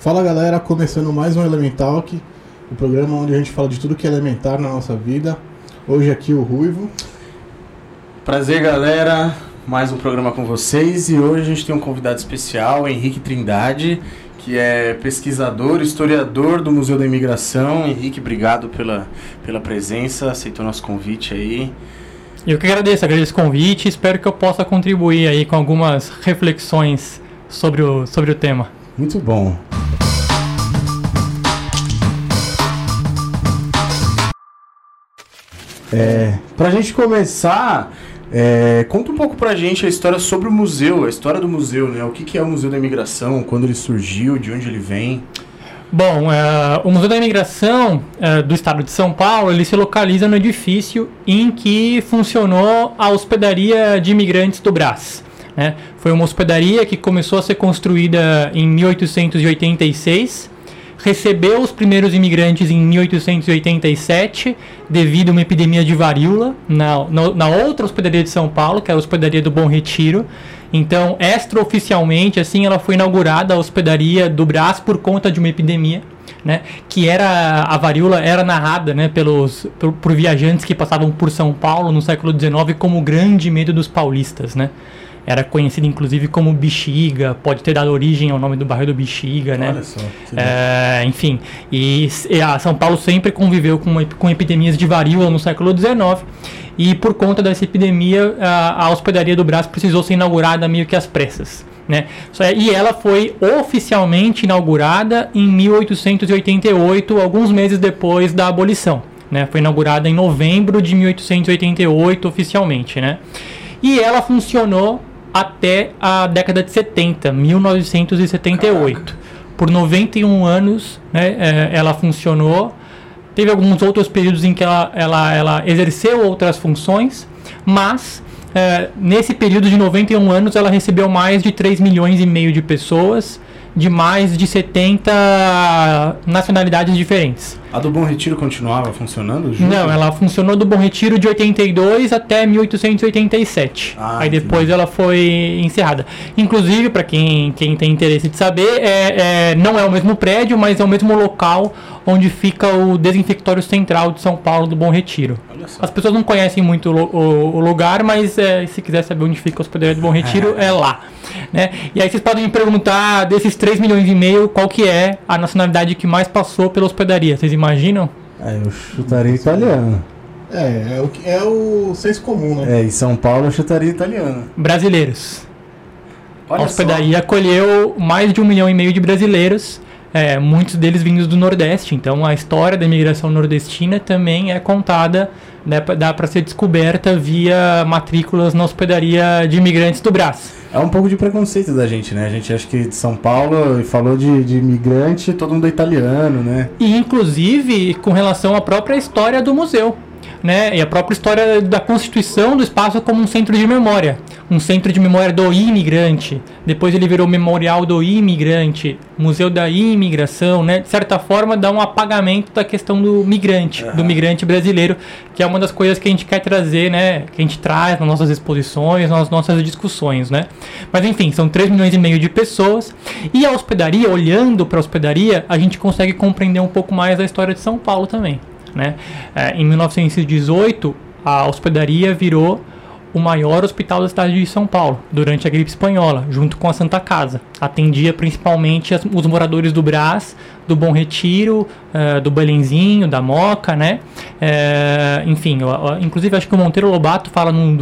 Fala galera, começando mais um Elementalk, o programa onde a gente fala de tudo que é elementar na nossa vida. Hoje aqui o Ruivo. Prazer galera, mais um programa com vocês e hoje a gente tem um convidado especial, Henrique Trindade, que é pesquisador, historiador do Museu da Imigração. Henrique, obrigado pela presença, aceitou nosso convite aí. Eu que agradeço o convite, espero que eu possa contribuir aí com algumas reflexões sobre o tema. Muito bom. Pra gente começar, conta um pouco pra gente a história sobre o museu, a história do museu, né? O que é o Museu da Imigração, quando ele surgiu, de onde ele vem? Bom, o Museu da Imigração do Estado de São Paulo, ele se localiza no edifício em que funcionou a hospedaria de imigrantes do Brás. Né? Foi uma hospedaria que começou a ser construída em 1886, recebeu os primeiros imigrantes em 1887, devido a uma epidemia de varíola, na outra hospedaria de São Paulo, que é a hospedaria do Bom Retiro. Então, extraoficialmente, assim, ela foi inaugurada a hospedaria do Brás por conta de uma epidemia, né? Que a varíola era narrada, né, por viajantes que passavam por São Paulo no século XIX como o grande medo dos paulistas, né? Era conhecido, inclusive, como Bexiga, pode ter dado origem ao nome do bairro do Bexiga, né? Olha só. Enfim, e a São Paulo sempre conviveu com epidemias de varíola no século XIX, e por conta dessa epidemia, a hospedaria do Brás precisou ser inaugurada meio que às pressas, né? E ela foi oficialmente inaugurada em 1888, alguns meses depois da abolição, né? Foi inaugurada em novembro de 1888 oficialmente, né? E ela funcionou até a década de 70, 1978. Caraca. Por 91 anos, né, ela funcionou. Teve alguns outros períodos em que ela exerceu outras funções, mas nesse período de 91 anos ela recebeu mais de 3 milhões e meio de pessoas, de mais de 70 nacionalidades diferentes. A do Bom Retiro continuava funcionando? Junto? Não, ela funcionou do Bom Retiro de 82 até 1887. Aí depois ela foi encerrada. Inclusive, para quem tem interesse de saber, não é o mesmo prédio, mas é o mesmo local onde fica o desinfectório central de São Paulo do Bom Retiro. As pessoas não conhecem muito o lugar, mas se quiser saber onde fica a hospedaria do Bom Retiro, é lá. Né? E aí vocês podem me perguntar, desses 3 milhões e meio, qual que é a nacionalidade que mais passou pela hospedaria? Vocês imaginam? Eu chutaria italiano. É o senso comum, né? Em São Paulo eu chutaria italiano. Brasileiros. Olha a hospedaria acolheu mais de 1,5 milhão de brasileiros, muitos deles vindos do Nordeste. Então a história da imigração nordestina também é contada, né, dá para ser descoberta via matrículas na hospedaria de imigrantes do Brás. É um pouco de preconceito da gente, né? A gente acha que de São Paulo, e falou de imigrante, todo mundo é italiano, né? E inclusive com relação à própria história do museu, né? E a própria história da constituição do espaço como um centro de memória. Um centro de memória do imigrante. Depois ele virou Memorial do Imigrante, Museu da Imigração, né? De certa forma dá um apagamento da questão do migrante, do migrante brasileiro, que é uma das coisas que a gente quer trazer, né? Que a gente traz nas nossas exposições, nas nossas discussões, né? Mas enfim, são 3 milhões e meio de pessoas. E a hospedaria, olhando para a hospedaria, a gente consegue compreender um pouco mais da história de São Paulo também, né? Em 1918, a hospedaria virou o maior hospital da cidade de São Paulo, durante a gripe espanhola, junto com a Santa Casa. Atendia principalmente os moradores do Brás, do Bom Retiro, do Belenzinho, da Moca, né? Enfim, inclusive acho que o Monteiro Lobato fala num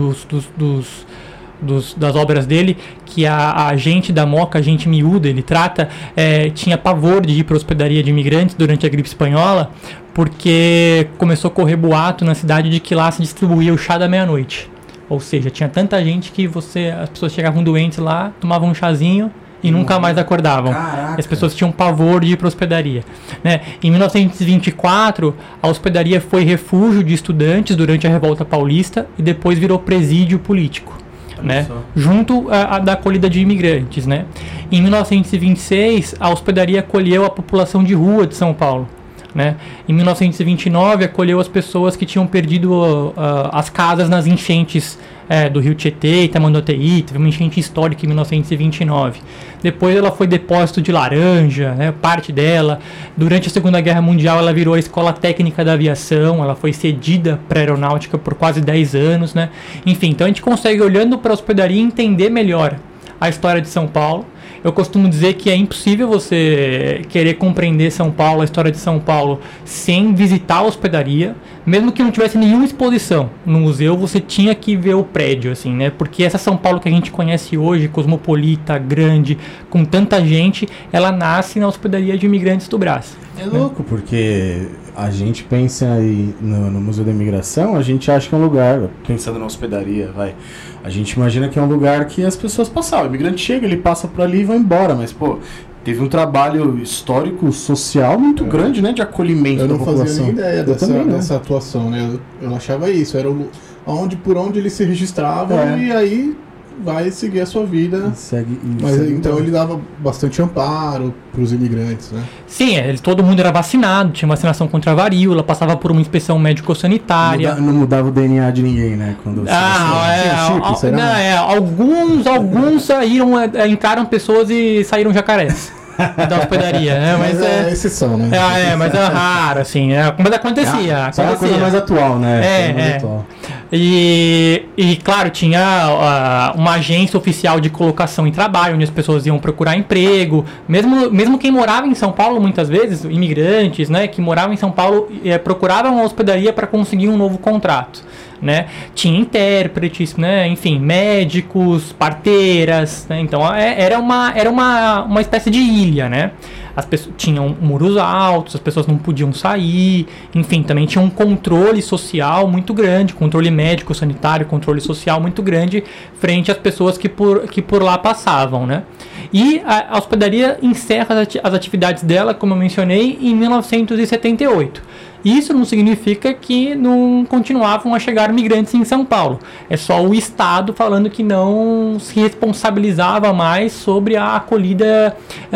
das obras dele, que a gente da Moca, a gente miúda, ele trata, tinha pavor de ir para a hospedaria de imigrantes durante a gripe espanhola, porque começou a correr boato na cidade de que lá se distribuía o chá da meia-noite. Ou seja, tinha tanta gente que as pessoas chegavam doentes lá, tomavam um chazinho e nunca mais acordavam. Caraca. As pessoas tinham pavor de ir para a hospedaria, né? Em 1924, a hospedaria foi refúgio de estudantes durante a Revolta Paulista e depois virou presídio político, né? Junto à da acolhida de imigrantes, né? Em 1926, a hospedaria acolheu a população de rua de São Paulo. né? Em 1929, acolheu as pessoas que tinham perdido as casas nas enchentes do Rio Tietê, Itamanduateí. Teve uma enchente histórica em 1929. Depois ela foi depósito de laranja, né, parte dela. Durante a Segunda Guerra Mundial ela virou a Escola Técnica da Aviação, ela foi cedida para a aeronáutica por quase 10 anos, né? Enfim, então a gente consegue, olhando para a hospedaria, entender melhor a história de São Paulo. Eu costumo dizer que é impossível você querer compreender São Paulo, a história de São Paulo, sem visitar a hospedaria. Mesmo que não tivesse nenhuma exposição no museu, você tinha que ver o prédio, assim, né? Porque essa São Paulo que a gente conhece hoje, cosmopolita, grande, com tanta gente, ela nasce na hospedaria de imigrantes do Brás. É louco, porque a gente pensa aí no Museu da Imigração, a gente acha que é um lugar, pensando na hospedaria, a gente imagina que é um lugar que as pessoas passavam. O imigrante chega, ele passa por ali e vai embora, mas, pô, teve um trabalho histórico, social muito grande, né, de acolhimento da população. Eu não fazia nem ideia dessa atuação, né? Eu achava isso, era por onde eles se registravam e aí vai seguir a sua vida. Então ele dava bastante amparo para os imigrantes, né? Sim, todo mundo era vacinado, tinha vacinação contra a varíola, passava por uma inspeção médico-sanitária. Não mudava o DNA de ninguém, né? Quando alguns saíram, entraram pessoas e saíram jacarés da hospedaria, né? Mas é exceção, né? Mas é raro, assim, mas acontecia. Só uma coisa mais atual, né? Atual. E claro, tinha uma agência oficial de colocação em trabalho, onde as pessoas iam procurar emprego. Mesmo quem morava em São Paulo, muitas vezes, imigrantes, né, que moravam em São Paulo, procuravam a hospedaria para conseguir um novo contrato, né? Tinha intérpretes, né? Enfim, médicos, parteiras, né? Então era uma espécie de ilha, né? As pessoas tinham muros altos, as pessoas não podiam sair, enfim, também tinha um controle social muito grande, controle médico, sanitário, controle social muito grande frente às pessoas que por lá passavam, né? E a hospedaria encerra as atividades dela, como eu mencionei, em 1978. Isso não significa que não continuavam a chegar migrantes em São Paulo. É só o Estado falando que não se responsabilizava mais sobre a acolhida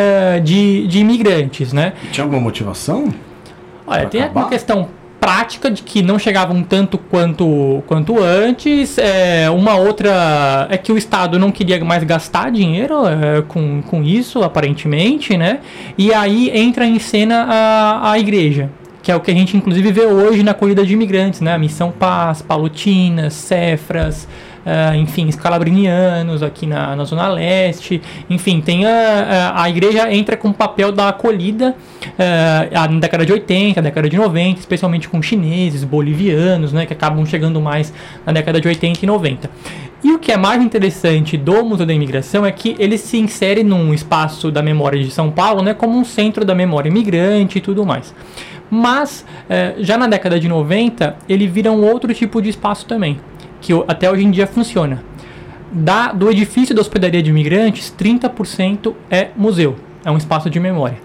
de imigrantes, né? E tinha alguma motivação? Olha, tem uma questão prática de que não chegavam tanto quanto antes. Uma outra é que o Estado não queria mais gastar dinheiro com isso, aparentemente, né? E aí entra em cena a igreja, que é o que a gente inclusive vê hoje na acolhida de imigrantes, né? A Missão Paz, Palutinas, Cefras, enfim, escalabrinianos aqui na Zona Leste. Enfim, tem a igreja entra com o papel da acolhida na década de 80, década de 90, especialmente com chineses, bolivianos, né? Que acabam chegando mais na década de 80 e 90. E o que é mais interessante do Museu da Imigração é que ele se insere num espaço da memória de São Paulo, né? Como um centro da memória imigrante e tudo mais. Mas, já na década de 90, ele vira um outro tipo de espaço também, que até hoje em dia funciona. Do edifício da hospedaria de imigrantes, 30% é museu, é um espaço de memória.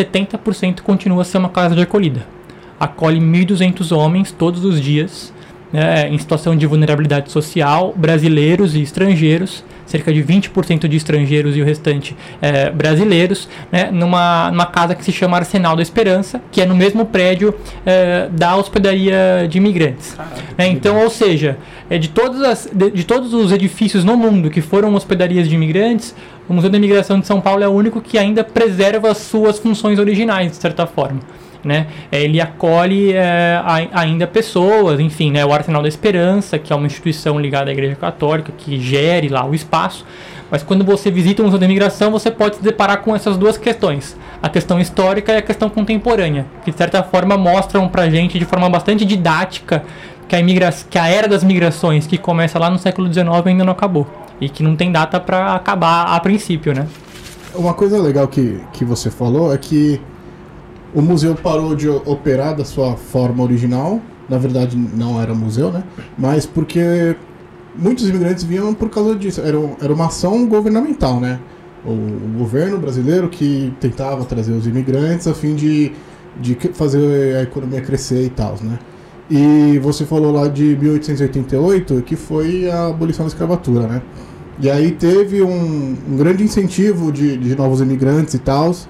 70% continua a ser uma casa de acolhida. Acolhe 1.200 homens todos os dias, em situação de vulnerabilidade social, brasileiros e estrangeiros, cerca de 20% de estrangeiros e o restante brasileiros, né, numa casa que se chama Arsenal da Esperança, que é no mesmo prédio da hospedaria de imigrantes. Então, ou seja, de todos os edifícios no mundo que foram hospedarias de imigrantes, o Museu da Imigração de São Paulo é o único que ainda preserva as suas funções originais, de certa forma. Né? Ele acolhe ainda pessoas, enfim, né? O Arsenal da Esperança, que é uma instituição ligada à Igreja Católica, que gere lá o espaço. Mas quando você visita o Museu da Imigração, você pode se deparar com essas duas questões: a questão histórica e a questão contemporânea, que de certa forma mostram pra gente de forma bastante didática que a era das migrações, que começa lá no século XIX, ainda não acabou, e que não tem data para acabar a princípio, né? Uma coisa legal que você falou é que o museu parou de operar da sua forma original. Na verdade, não era museu, né? Mas porque muitos imigrantes vinham por causa disso. Era uma ação governamental, né? O governo brasileiro que tentava trazer os imigrantes a fim de fazer a economia crescer e tal, né? E você falou lá de 1888, que foi a abolição da escravatura, né? E aí teve um grande incentivo de novos imigrantes e tal.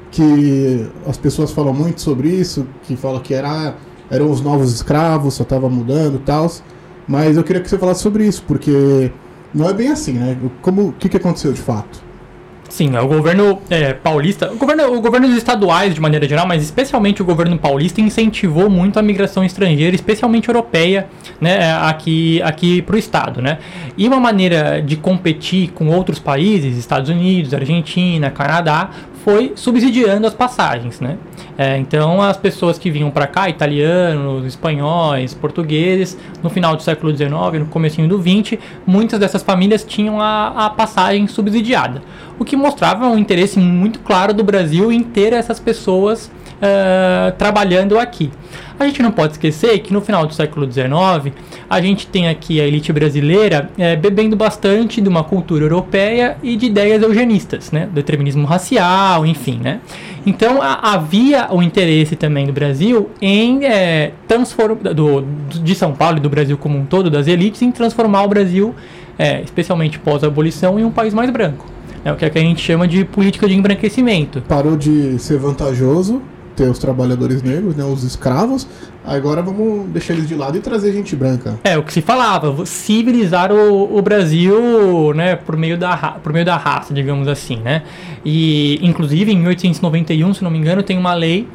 que as pessoas falam muito sobre isso, que falam que eram os novos escravos, só tava mudando e tal. Mas eu queria que você falasse sobre isso, porque não é bem assim, né? O que aconteceu de fato? Sim, o governo paulista, o governo estaduais de maneira geral, mas especialmente o governo paulista incentivou muito a migração estrangeira, especialmente europeia, né, aqui para o estado, né? E uma maneira de competir com outros países, Estados Unidos, Argentina, Canadá, foi subsidiando as passagens, né? Então as pessoas que vinham para cá, italianos, espanhóis, portugueses, no final do século XIX, no comecinho do XX, muitas dessas famílias tinham a passagem subsidiada, o que mostrava um interesse muito claro do Brasil em ter essas pessoas trabalhando aqui. A gente não pode esquecer que no final do século XIX a gente tem aqui a elite brasileira bebendo bastante de uma cultura europeia e de ideias eugenistas, né? Determinismo racial, enfim, né? Então havia o interesse também do Brasil em de São Paulo e do Brasil como um todo, das elites, em transformar o Brasil, especialmente pós-abolição, em um país mais branco. É o que a gente chama de política de embranquecimento. Parou de ser vantajoso ter os trabalhadores negros, né, os escravos, agora vamos deixar eles de lado e trazer gente branca. O que se falava, civilizar o Brasil, né, por meio da raça, digamos assim, né? E, inclusive, em 1891, se não me engano, tem uma lei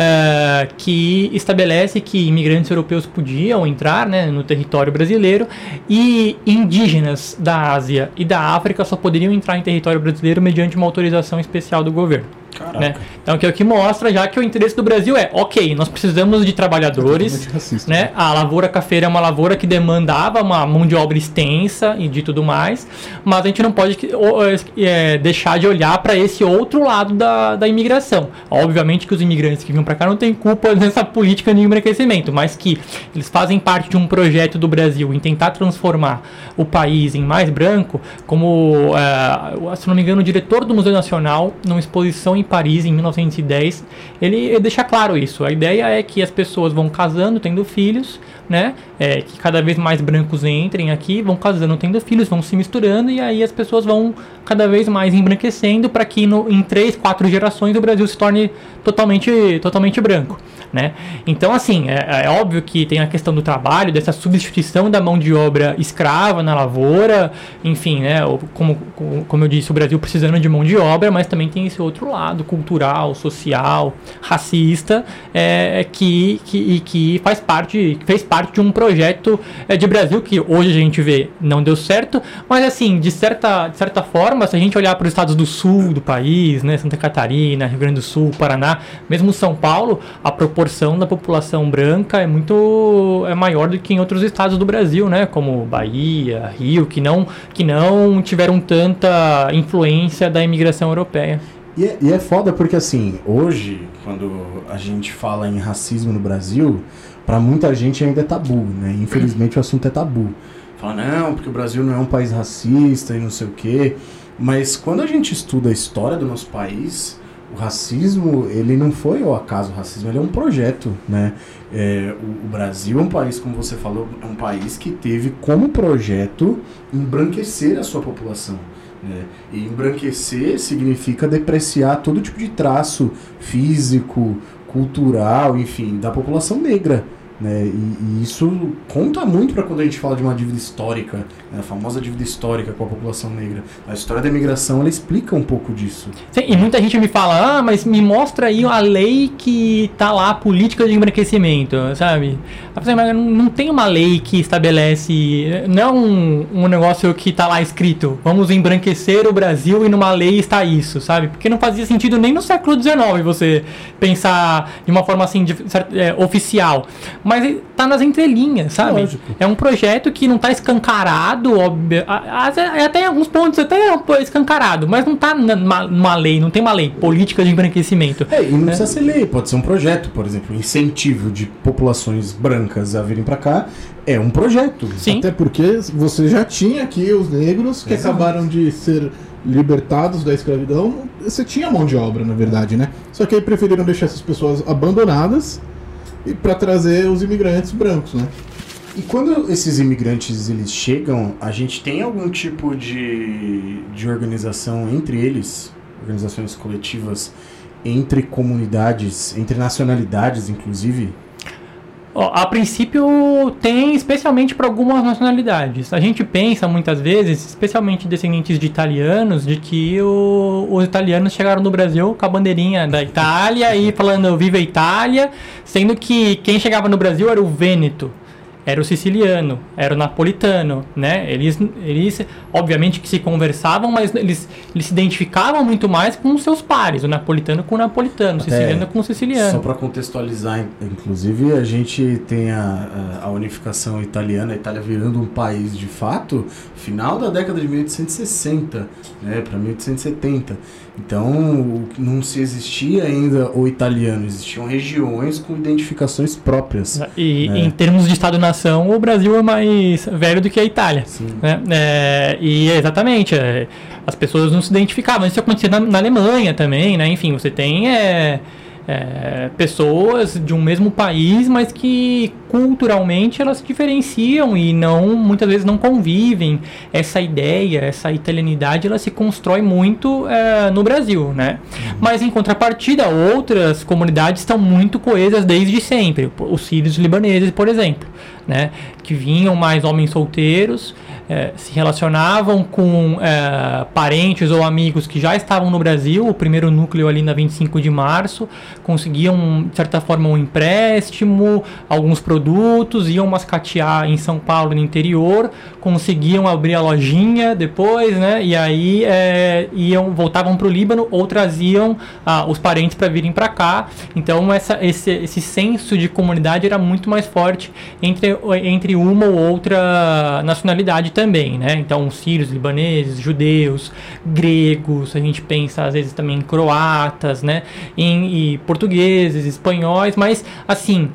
que estabelece que imigrantes europeus podiam entrar, né, no território brasileiro e indígenas da Ásia e da África só poderiam entrar em território brasileiro mediante uma autorização especial do governo. Né? Então, que é o que mostra já que o interesse do Brasil nós precisamos de trabalhadores, racista, né? A lavoura cafeira é uma lavoura que demandava uma mão de obra extensa e de tudo mais, mas a gente não pode deixar de olhar para esse outro lado da imigração. Obviamente que os imigrantes que vinham para cá não têm culpa nessa política de embranquecimento, mas que eles fazem parte de um projeto do Brasil em tentar transformar o país em mais branco, como, se não me engano, o diretor do Museu Nacional, numa exposição em Paris, em 1910, ele deixa claro isso. A ideia é que as pessoas vão casando, tendo filhos, né? Que cada vez mais brancos entrem aqui, vão casando, tendo filhos, vão se misturando, e aí as pessoas vão cada vez mais embranquecendo para que em 3, 4 gerações o Brasil se torne totalmente branco, né? Então, assim, é óbvio que tem a questão do trabalho, dessa substituição da mão de obra escrava na lavoura, enfim, né? Como eu disse, o Brasil precisando de mão de obra, mas também tem esse outro lado cultural, social, racista, que fez parte de um projeto de Brasil que hoje a gente vê não deu certo, mas assim, de certa forma, se a gente olhar para os estados do sul do país, né, Santa Catarina, Rio Grande do Sul, Paraná, mesmo São Paulo, a proporção da população branca é maior do que em outros estados do Brasil, né, como Bahia, Rio, que não tiveram tanta influência da imigração europeia. E é foda porque, assim, hoje, quando a gente fala em racismo no Brasil, pra muita gente ainda é tabu, né? Infelizmente o assunto é tabu. Fala, não, porque o Brasil não é um país racista e não sei o quê. Mas quando a gente estuda a história do nosso país, o racismo, ele não foi ao acaso o racismo, ele é um projeto, né? O Brasil é um país, como você falou, é um país que teve como projeto embranquecer a sua população. E embranquecer significa depreciar todo tipo de traço físico, cultural, enfim, da população negra, né? E isso conta muito para quando a gente fala de uma dívida histórica, né? A famosa dívida histórica com a população negra. A história da imigração, ela explica um pouco disso. Sim, e muita gente me fala, mas me mostra aí a lei que tá lá, a política de embranquecimento, sabe? Mas não tem uma lei que estabelece, não é um negócio que tá lá escrito, vamos embranquecer o Brasil e numa lei está isso, sabe? Porque não fazia sentido nem no século XIX você pensar de uma forma assim, oficial. Mas tá nas entrelinhas, sabe? Lógico. É um projeto que não tá escancarado, óbvio, até em alguns pontos até escancarado, mas não tá numa lei, não tem uma lei política de embranquecimento. E não precisa ser lei, pode ser um projeto, por exemplo, incentivo de populações brancas a virem pra cá, é um projeto. Sim. Até porque você já tinha aqui os negros que acabaram de ser libertados da escravidão, você tinha mão de obra, na verdade, né? Só que aí preferiram deixar essas pessoas abandonadas e para trazer os imigrantes brancos, né? E quando esses imigrantes eles chegam, a gente tem algum tipo de organização entre eles, organizações coletivas entre comunidades, entre nacionalidades, inclusive? A princípio tem, especialmente para algumas nacionalidades. A gente pensa muitas vezes, especialmente descendentes de italianos, de que os italianos chegaram no Brasil com a bandeirinha da Itália e falando "Viva a Itália", sendo que quem chegava no Brasil era o vêneto, era o siciliano, era o napolitano, né? Eles obviamente que se conversavam, mas eles se identificavam muito mais com os seus pares, o napolitano com o napolitano, o siciliano com o siciliano. Só para contextualizar, inclusive, a gente tem a unificação italiana, a Itália virando um país de fato, final da década de 1860, né, para 1870. Então, não se existia ainda o italiano, existiam regiões com identificações próprias. E em termos de Estado-nação, o Brasil é mais velho do que a Itália. Né? E exatamente, as pessoas não se identificavam. Isso acontecia na Alemanha também, né? Enfim, você tem pessoas de um mesmo país, mas que culturalmente elas se diferenciam e muitas vezes não convivem. Essa ideia, essa italianidade, ela se constrói muito no Brasil, né? Mas em contrapartida, outras comunidades estão muito coesas desde sempre. Os sírios libaneses, por exemplo, né? Que vinham mais homens solteiros, se relacionavam com parentes ou amigos que já estavam no Brasil, o primeiro núcleo ali na 25 de março, conseguiam, de certa forma, um empréstimo, alguns produtos, iam mascatear em São Paulo, no interior, conseguiam abrir a lojinha depois, né? E aí voltavam para o Líbano ou traziam os parentes para virem para cá. Então, esse senso de comunidade era muito mais forte entre uma ou outra nacionalidade também, né? Então, sírios, libaneses, judeus, gregos, a gente pensa às vezes também em croatas, né? E portugueses, espanhóis, mas assim,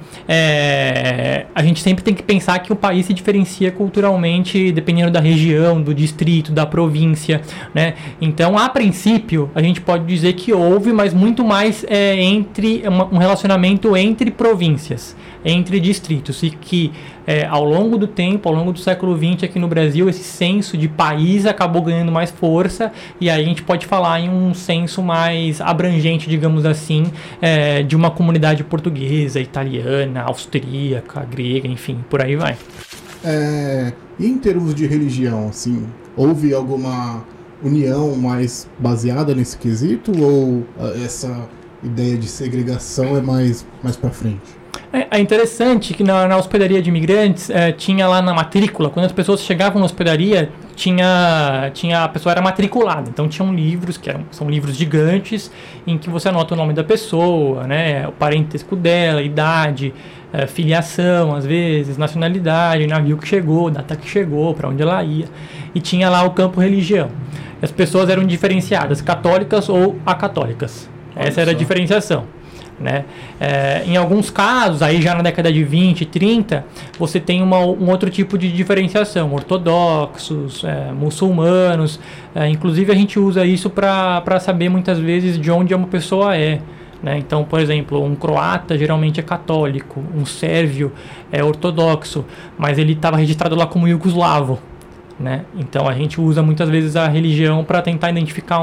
a gente sempre tem que pensar que o país se diferencia culturalmente dependendo da região, do distrito, da província, né? Então, a princípio, a gente pode dizer que houve, mas muito mais um relacionamento entre províncias, entre distritos, e que ao longo do tempo, ao longo do século XX aqui no Brasil, esse senso de país acabou ganhando mais força, e aí a gente pode falar em um senso mais abrangente, digamos assim, de uma comunidade portuguesa, italiana, austríaca, grega, enfim, por aí vai. E em termos de religião, assim, houve alguma união mais baseada nesse quesito, ou essa ideia de segregação é mais para frente? É interessante que na hospedaria de imigrantes tinha lá na matrícula, quando as pessoas chegavam na hospedaria, a pessoa era matriculada, então tinham livros, são livros gigantes, em que você anota o nome da pessoa, né, o parentesco dela, idade, filiação, às vezes, nacionalidade, navio que chegou, data que chegou, para onde ela ia, e tinha lá o campo religião. As pessoas eram diferenciadas, católicas ou acatólicas. Essa era a diferenciação. Né? Em alguns casos, aí já na década de 20 e 30, você tem um outro tipo de diferenciação, ortodoxos, muçulmanos, inclusive a gente usa isso para saber muitas vezes de onde uma pessoa é. Né? Então, por exemplo, um croata geralmente é católico, um sérvio é ortodoxo, mas ele estava registrado lá como iugoslavo. Né? Então a gente usa muitas vezes a religião para tentar identificar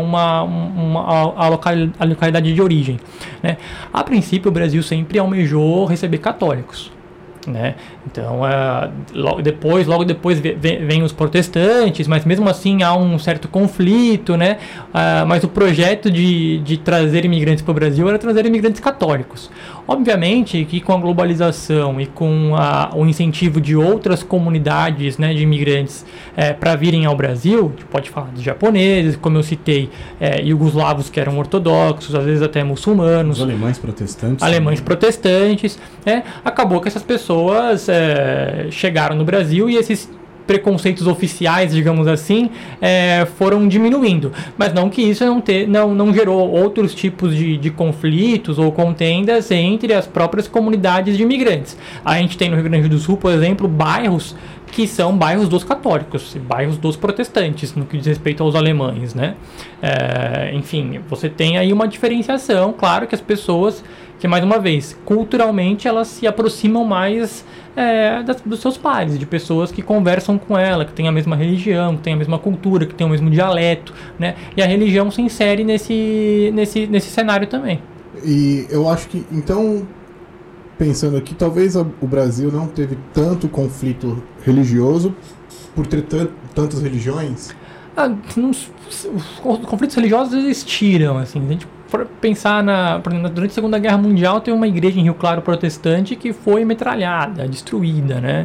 a localidade de origem. Né? A princípio, o Brasil sempre almejou receber católicos. Né? Então, logo depois vem os protestantes, mas mesmo assim há um certo conflito, né? Mas o projeto de trazer imigrantes para o Brasil era trazer imigrantes católicos. Obviamente que com a globalização e com o incentivo de outras comunidades, né, de imigrantes para virem ao Brasil, a gente pode falar dos japoneses, como eu citei, iugoslavos que eram ortodoxos, às vezes até muçulmanos. Os alemães protestantes. Alemães protestantes. Acabou que essas pessoas chegaram no Brasil e esses preconceitos oficiais, digamos assim, foram diminuindo. Mas não que isso não gerou outros tipos de conflitos ou contendas entre as próprias comunidades de imigrantes. A gente tem no Rio Grande do Sul, por exemplo, bairros que são bairros dos católicos, bairros dos protestantes, no que diz respeito aos alemães, né? Enfim, você tem aí uma diferenciação, claro que as pessoas, que mais uma vez, culturalmente elas se aproximam mais dos seus pares, de pessoas que conversam com ela, que têm a mesma religião, que têm a mesma cultura, que têm o mesmo dialeto, né? E a religião se insere nesse cenário também. E eu acho que, então, pensando aqui, talvez o Brasil não teve tanto conflito religioso por ter tantas religiões. Os conflitos religiosos existiram, assim. Se a gente for pensar durante a Segunda Guerra Mundial, teve uma igreja em Rio Claro protestante que foi metralhada, destruída, né?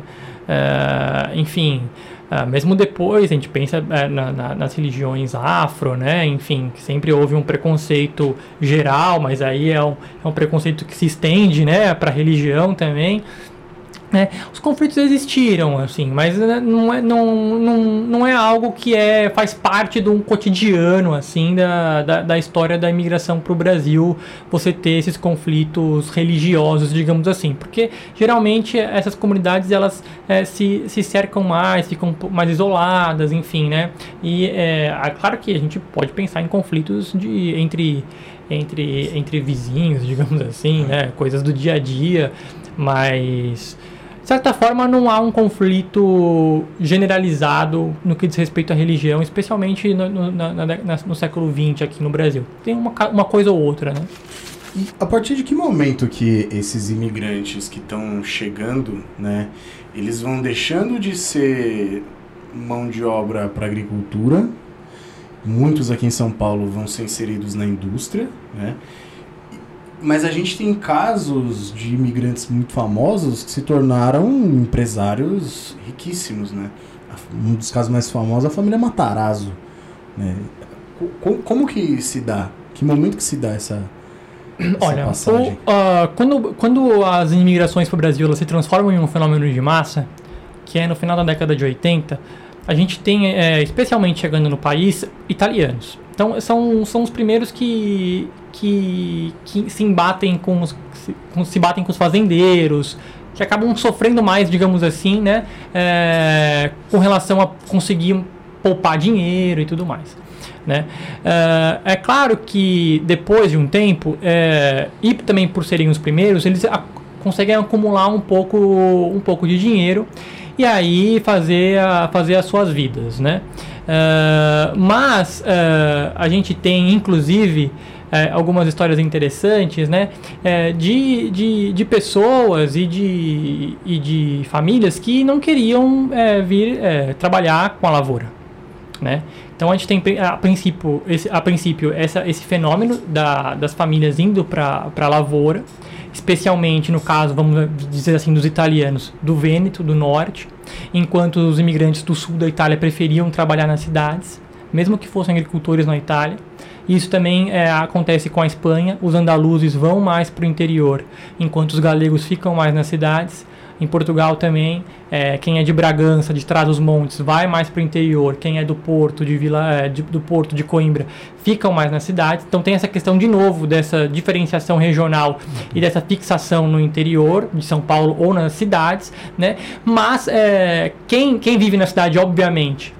Enfim, mesmo depois a gente pensa nas religiões afro, né? Enfim, que sempre houve um preconceito geral, mas aí é um preconceito que se estende, né, para a religião também. Os conflitos existiram, assim, mas não é algo que faz parte de um cotidiano, assim, da história da imigração para o Brasil, você ter esses conflitos religiosos, digamos assim, porque geralmente essas comunidades elas se cercam mais, ficam mais isoladas, enfim, né? E claro que a gente pode pensar em conflitos entre vizinhos, digamos assim, né? Coisas do dia a dia, mas de certa forma não há um conflito generalizado no que diz respeito à religião, especialmente no século XX aqui no Brasil. Tem uma coisa ou outra, né? E a partir de que momento que esses imigrantes que estão chegando, né, eles vão deixando de ser mão de obra para agricultura, muitos aqui em São Paulo vão ser inseridos na indústria, né? Mas a gente tem casos de imigrantes muito famosos que se tornaram empresários riquíssimos, né? Um dos casos mais famosos é a família Matarazzo, né? Como que se dá? Que momento que se dá essa passagem? Quando as imigrações para o Brasil elas se transformam em um fenômeno de massa, que é no final da década de 80, a gente tem, especialmente chegando no país, italianos. Então, são os primeiros que se batem com os fazendeiros, que acabam sofrendo mais, digamos assim, né, com relação a conseguir poupar dinheiro e tudo mais, né. É claro que depois de um tempo, e também por serem os primeiros, eles conseguem acumular um pouco de dinheiro e aí fazer as suas vidas, né. Mas a gente tem, inclusive, algumas histórias interessantes, né, de pessoas e de famílias que não queriam vir trabalhar com a lavoura, né. Então a gente tem a princípio esse fenômeno das famílias indo para a lavoura, especialmente no caso, vamos dizer assim, dos italianos do Vêneto, do norte, enquanto os imigrantes do sul da Itália preferiam trabalhar nas cidades, mesmo que fossem agricultores na Itália. Isso também acontece com a Espanha. Os andaluzes vão mais para o interior, enquanto os galegos ficam mais nas cidades. Em Portugal também, quem é de Bragança, de Trás-os-Montes, vai mais para o interior. Quem é do Porto, do Porto de Coimbra, ficam mais nas cidades. Então tem essa questão, de novo, dessa diferenciação regional e dessa fixação no interior de São Paulo ou nas cidades, né? Mas quem vive na cidade, obviamente,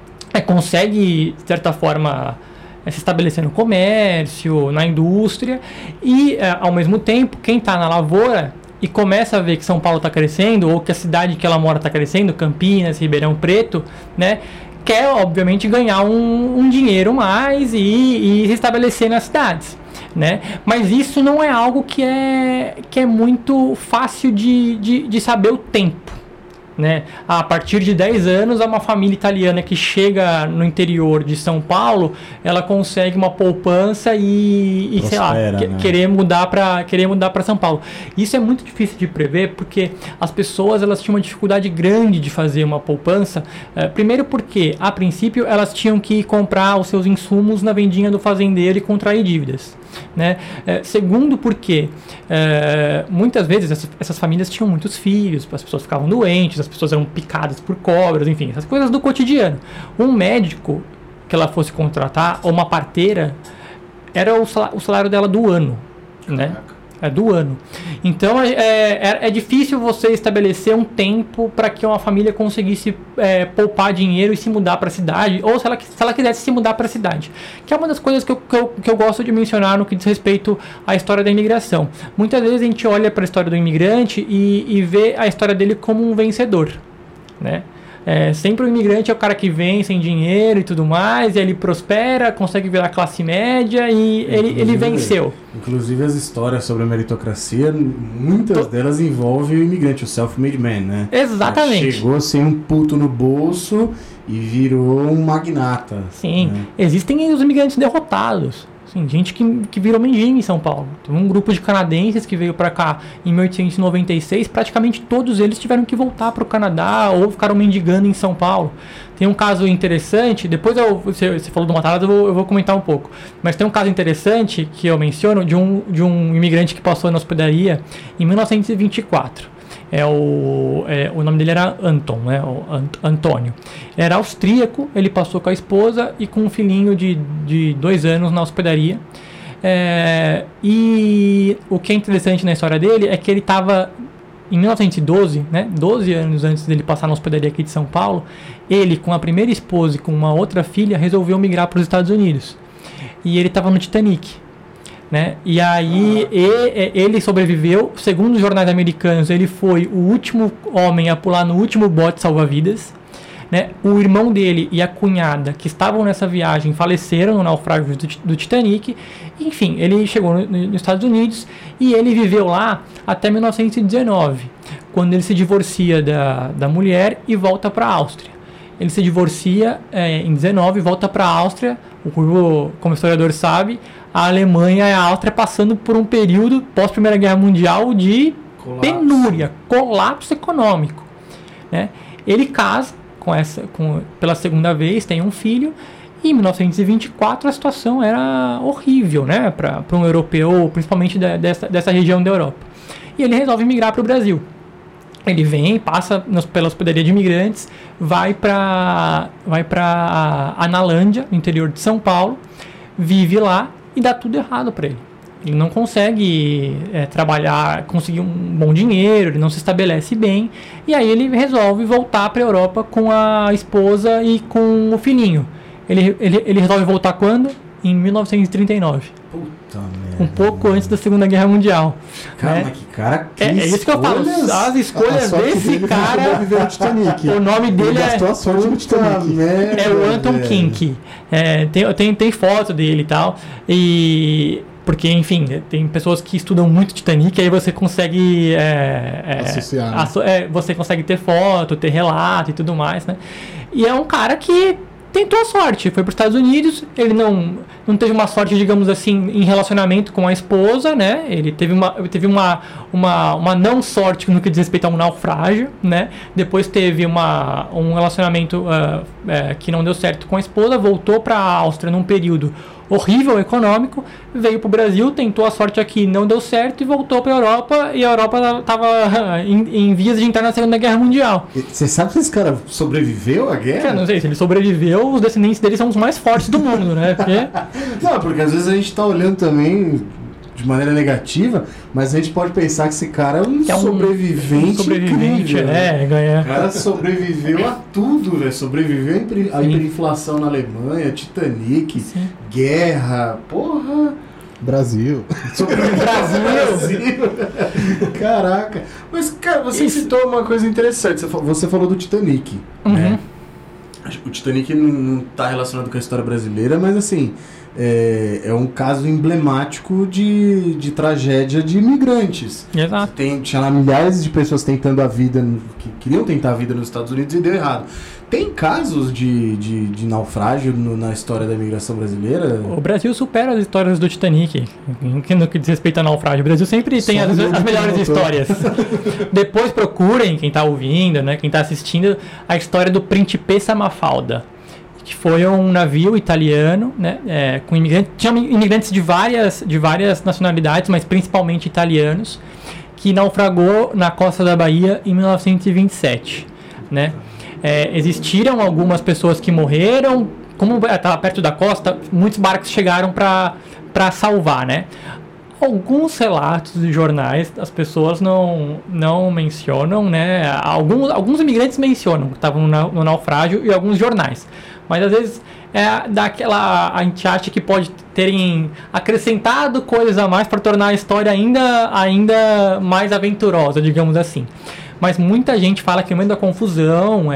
consegue, de certa forma, se estabelecer no comércio, na indústria, e, ao mesmo tempo, quem está na lavoura e começa a ver que São Paulo está crescendo, ou que a cidade que ela mora está crescendo, Campinas, Ribeirão Preto, né, quer, obviamente, ganhar um dinheiro mais e se estabelecer nas cidades, né? Mas isso não é algo que é muito fácil de saber o tempo, né? A partir de 10 anos, uma família italiana que chega no interior de São Paulo, ela consegue uma poupança e prospera, sei lá, né? querer mudar para São Paulo. Isso é muito difícil de prever, porque as pessoas elas tinham uma dificuldade grande de fazer uma poupança. Primeiro porque, a princípio, elas tinham que comprar os seus insumos na vendinha do fazendeiro e contrair dívidas, né? Segundo porque muitas vezes essas famílias tinham muitos filhos, as pessoas ficavam doentes, as pessoas eram picadas por cobras, enfim, essas coisas do cotidiano. Um médico que ela fosse contratar, ou uma parteira, era o salário dela do ano, né? Do ano. Então é difícil você estabelecer um tempo para que uma família conseguisse poupar dinheiro e se mudar para a cidade, ou se ela quisesse se mudar para a cidade, que é uma das coisas que eu gosto de mencionar no que diz respeito à história da imigração. Muitas vezes a gente olha para a história do imigrante e vê a história dele como um vencedor, né? Sempre o imigrante é o cara que vem sem dinheiro e tudo mais, e ele prospera, consegue virar classe média e ele venceu. Inclusive as histórias sobre a meritocracia, muitas delas envolvem o imigrante, o self-made man, né? Exatamente. Chegou sem um puto no bolso e virou um magnata. Sim, né? Existem os imigrantes derrotados. Sim, gente que virou mendigo em São Paulo. Tem um grupo de canadenses que veio para cá em 1896, praticamente todos eles tiveram que voltar para o Canadá ou ficaram mendigando em São Paulo. Tem um caso interessante, depois você falou do Matarazzo, eu vou comentar um pouco. Mas tem um caso interessante que eu menciono de um imigrante que passou na hospedaria em 1924. O nome dele era Anton, né? Antônio. Ele era austríaco, ele passou com a esposa e com um filhinho de 2 anos na hospedaria. E o que é interessante na história dele é que ele estava em 1912, né? 12 anos antes dele passar na hospedaria aqui de São Paulo, ele com a primeira esposa e com uma outra filha resolveu migrar para os Estados Unidos. E ele estava no Titanic. Né? E aí ele sobreviveu. Segundo os jornais americanos, ele foi o último homem a pular no último bote salva-vidas, né? O irmão dele e a cunhada que estavam nessa viagem faleceram no naufrágio do Titanic. Enfim, ele chegou nos Estados Unidos e ele viveu lá até 1919, quando ele se divorcia da mulher e volta para a Áustria. Ele se divorcia em 19 e volta para a Áustria. Como o historiador sabe, a Alemanha e a Áustria passando por um período pós-Primeira Guerra Mundial de penúria, colapso econômico. Né? Ele casa pela segunda vez, tem um filho, e em 1924 a situação era horrível, né? Para um europeu, principalmente dessa região da Europa. E ele resolve migrar para o Brasil. Ele vem, passa pela hospedaria de imigrantes, vai para Analândia, no interior de São Paulo, vive lá e dá tudo errado para ele. Ele não consegue trabalhar, conseguir um bom dinheiro, ele não se estabelece bem, e aí ele resolve voltar para a Europa com a esposa e com o filhinho. Ele resolve voltar quando? Em 1939. Puta merda. Um pouco antes da Segunda Guerra Mundial. Cara, né? mas que cara, que é isso que eu falo. As escolhas desse cara. O nome dele gastou a sorte no Titanic. É o Anton Kink. Tem foto dele e tal. Porque, enfim, tem pessoas que estudam muito Titanic, aí você consegue associar. Você consegue ter foto, ter relato e tudo mais, né? E é um cara que tentou a sorte, foi para os Estados Unidos, ele não teve uma sorte, digamos assim, em relacionamento com a esposa, né? Ele teve uma não sorte no que diz respeito a um naufrágio, né? Depois teve um relacionamento que não deu certo com a esposa, voltou para a Áustria num período horrível econômico, veio para o Brasil, tentou a sorte aqui, não deu certo e voltou para a Europa, e a Europa estava em vias de entrar na Segunda Guerra Mundial. Você sabe se esse cara sobreviveu à guerra? Cara, não sei, se ele sobreviveu, os descendentes dele são os mais fortes do mundo, né? Porque às vezes a gente está olhando também de maneira negativa, mas a gente pode pensar que esse cara é um sobrevivente incrível, ganha. O cara sobreviveu a tudo, velho. Sobreviveu à hiperinflação na Alemanha, Titanic, Sim. guerra, porra. Brasil. Brasil. Caraca. Mas, cara, você citou uma coisa interessante. Você falou do Titanic, né? O Titanic não tá relacionado com a história brasileira, mas assim, é um caso emblemático de tragédia de imigrantes. Exato. Tinha lá milhares de pessoas tentando a vida, que queriam tentar a vida nos Estados Unidos e deu errado. Tem casos de naufrágio na história da imigração brasileira? O Brasil supera as histórias do Titanic no que diz respeito a naufrágio. O Brasil sempre tem as melhores histórias. Depois procurem, quem está ouvindo, né, quem está assistindo, a história do Principessa Mafalda, que foi um navio italiano, né, com imigrantes. Tinha imigrantes de várias nacionalidades, mas principalmente italianos, que naufragou na costa da Bahia em 1927, né? Existiram algumas pessoas que morreram, como estava perto da costa, muitos barcos chegaram para salvar, né? Alguns relatos de jornais, as pessoas não mencionam, né? Alguns imigrantes mencionam que estavam no naufrágio e alguns jornais. Mas às vezes a gente acha que pode terem acrescentado coisas a mais para tornar a história ainda mais aventurosa, digamos assim. mas muita gente fala que no meio da confusão,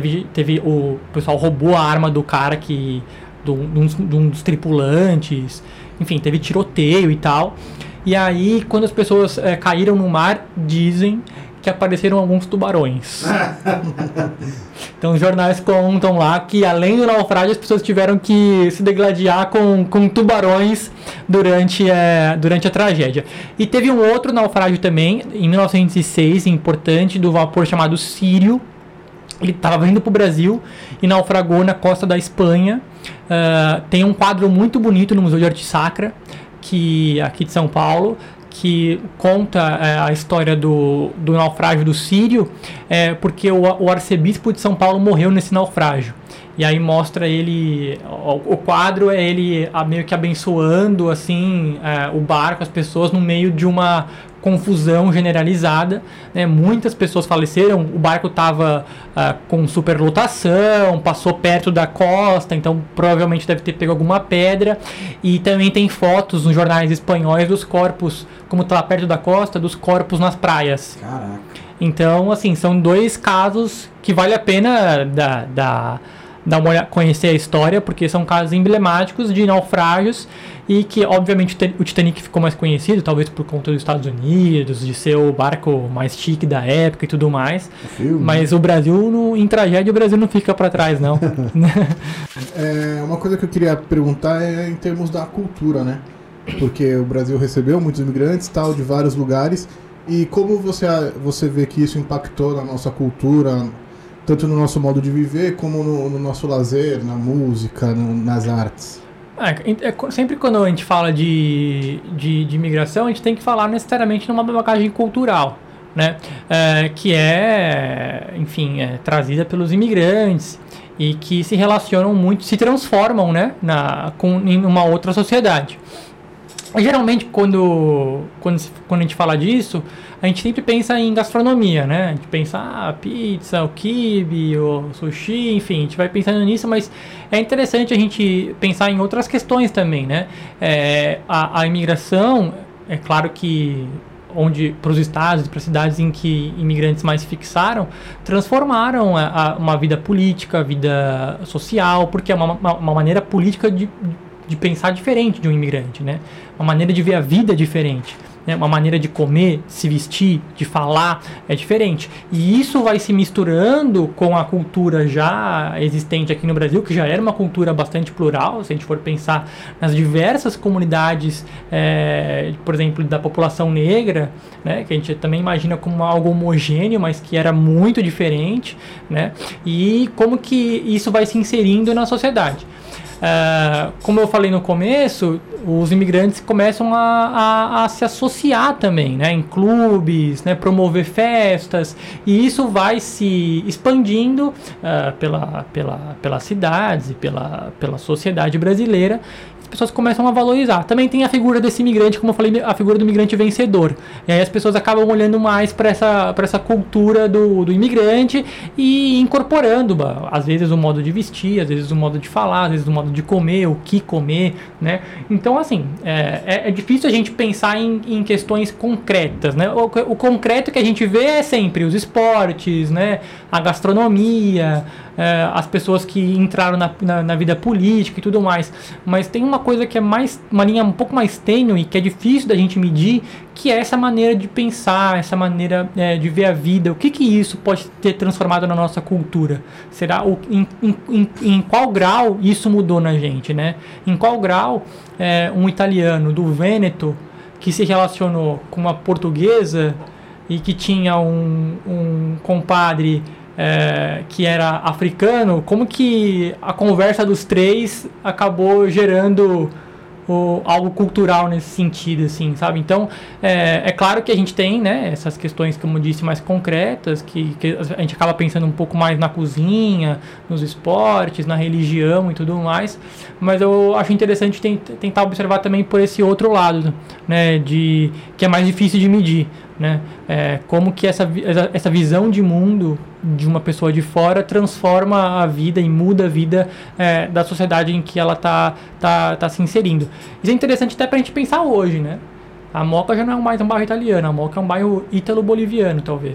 o pessoal roubou a arma do cara de um dos tripulantes, enfim, teve tiroteio e tal. E aí, quando as pessoas caíram no mar, dizem que apareceram alguns tubarões. Então os jornais contam lá que além do naufrágio as pessoas tiveram que se degladiar com tubarões durante a tragédia. E teve um outro naufrágio também, em 1906, importante, do vapor chamado Sírio. Ele estava vindo para o Brasil e naufragou na costa da Espanha. Tem um quadro muito bonito no Museu de Arte Sacra, aqui de São Paulo, que conta a história do naufrágio do Sírio, porque o arcebispo de São Paulo morreu nesse naufrágio. E aí mostra ele, o quadro é ele meio que abençoando assim, o barco, as pessoas no meio de uma confusão generalizada, né? Muitas pessoas faleceram, o barco estava com superlotação, passou perto da costa, então provavelmente deve ter pego alguma pedra, e também tem fotos nos jornais espanhóis dos corpos, como está perto da costa, dos corpos nas praias. Caraca. Então, assim, são dois casos que vale a pena conhecer a história, porque são casos emblemáticos de naufrágios e que, obviamente, o Titanic ficou mais conhecido, talvez por conta dos Estados Unidos, de ser o barco mais chique da época e tudo mais. Mas o Brasil, em tragédia, o Brasil não fica para trás, não. Uma coisa que eu queria perguntar é em termos da cultura, né? Porque o Brasil recebeu muitos imigrantes, tal, de vários lugares. E como você vê que isso impactou na nossa cultura, tanto no nosso modo de viver, como no nosso lazer, na música, nas artes? Sempre quando a gente fala de imigração, a gente tem que falar necessariamente numa bagagem cultural, né? Que enfim, trazida pelos imigrantes e que se relacionam muito, se transformam, né, em uma outra sociedade. Geralmente, quando a gente fala disso, a gente sempre pensa em gastronomia, né? A gente pensa, pizza, o quibe, o sushi, enfim, a gente vai pensando nisso, mas é interessante a gente pensar em outras questões também, né? A imigração, é claro que para os estados, para as cidades em que imigrantes mais se fixaram, transformaram uma vida política, vida social, porque é uma maneira política de pensar diferente de um imigrante, né? Uma maneira de ver a vida diferente, né? Uma maneira de comer, de se vestir, de falar é diferente. E isso vai se misturando com a cultura já existente aqui no Brasil, que já era uma cultura bastante plural, se a gente for pensar nas diversas comunidades, por exemplo, da população negra, né? Que a gente também imagina como algo homogêneo, mas que era muito diferente, né? E como que isso vai se inserindo na sociedade. Como eu falei no começo, os imigrantes começam a se associar também, né, em clubes, né, promover festas, e isso vai se expandindo pelas cidades e pela sociedade brasileira. As pessoas começam a valorizar. Também tem a figura desse imigrante, como eu falei, a figura do imigrante vencedor. E aí as pessoas acabam olhando mais para essa cultura do imigrante e incorporando, às vezes, o modo de vestir, às vezes o modo de falar, às vezes o modo de comer, o que comer, né? Então, assim, é difícil a gente pensar em questões concretas, né? O concreto que a gente vê é sempre os esportes, né? A gastronomia, as pessoas que entraram na vida política e tudo mais. Mas tem uma coisa que é uma linha um pouco mais tênue, que é difícil da gente medir, que é essa maneira de pensar, essa maneira de ver a vida. O que isso pode ter transformado na nossa cultura? Será em qual grau isso mudou na gente, né? Em qual grau um italiano do Vêneto que se relacionou com uma portuguesa e que tinha um compadre que era africano, como que a conversa dos três acabou gerando algo cultural nesse sentido, assim, sabe? Então, é claro que a gente tem, né, essas questões, como eu disse, mais concretas, que a gente acaba pensando um pouco mais na cozinha, nos esportes, na religião e tudo mais, mas eu acho interessante tentar observar também por esse outro lado, né, que é mais difícil de medir, né? Como que essa visão de mundo de uma pessoa de fora transforma a vida e muda a vida da sociedade em que ela tá se inserindo. Isso é interessante até pra gente pensar hoje, né? A Moca já não é mais um bairro italiano, a Moca é um bairro ítalo-boliviano, talvez.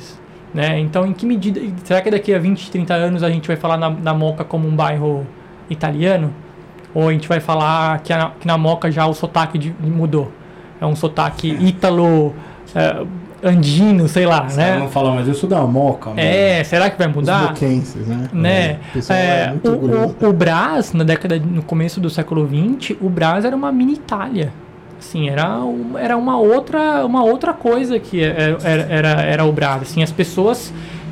Né? Então, em que medida... Será que daqui a 20, 30 anos a gente vai falar na Moca como um bairro italiano? Ou a gente vai falar que na Moca já o sotaque mudou? É um sotaque ítalo... andino, sei lá, Você né? não fala, mas eu sou da Moca. Será que vai mudar? Os moquenses, né? O Brás, no começo do século XX, o Brás era uma mini Itália. Assim, era uma outra coisa que era o Brás. Assim, as pessoas,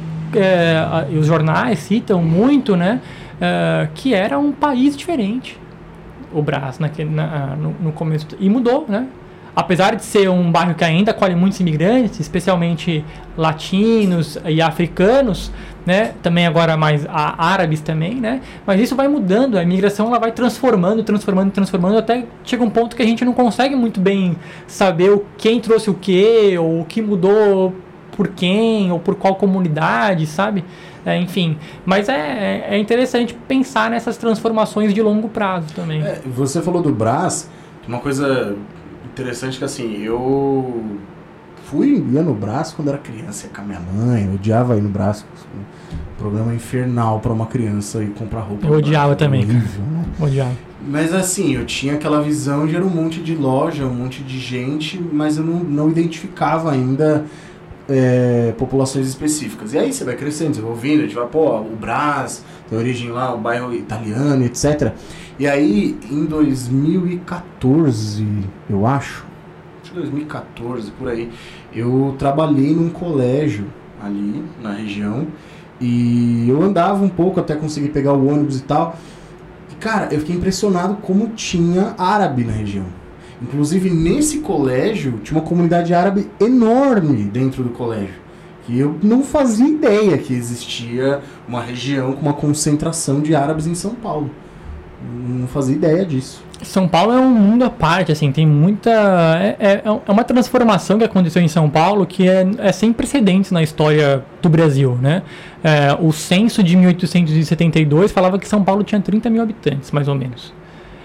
os jornais citam muito, né? Que era um país diferente, o Brás, no começo. E mudou, né? Apesar de ser um bairro que ainda acolhe muitos imigrantes, especialmente latinos e africanos, né? Também agora mais árabes também, né? Mas isso vai mudando, a imigração ela vai transformando, até chega um ponto que a gente não consegue muito bem saber quem trouxe o quê, ou o que mudou por quem, ou por qual comunidade, sabe? Enfim, mas é interessante pensar nessas transformações de longo prazo também. Você falou do Brás, uma coisa... interessante que assim, eu ia no Brás quando era criança, ia com a minha mãe, eu odiava ir no Brás, programa infernal pra uma criança ir comprar roupa. Eu odiava também, horrível, né? Odiava. Mas assim, eu tinha aquela visão de era um monte de loja, um monte de gente, mas eu não identificava ainda populações específicas. E aí você vai crescendo, você vai ouvindo, a gente vai, o Brás, tem origem lá, o bairro italiano, etc. E aí, em 2014, eu acho 2014, por aí, eu trabalhei num colégio ali na região e eu andava um pouco até conseguir pegar o ônibus e tal. E, cara, eu fiquei impressionado como tinha árabe na região. Inclusive, nesse colégio, tinha uma comunidade árabe enorme dentro do colégio. E eu não fazia ideia que existia uma região com uma concentração de árabes em São Paulo. Não fazia ideia disso. São Paulo é um mundo à parte, assim, tem muita... É uma transformação que aconteceu em São Paulo que é sem precedentes na história do Brasil, né? O censo de 1872 falava que São Paulo tinha 30 mil habitantes, mais ou menos.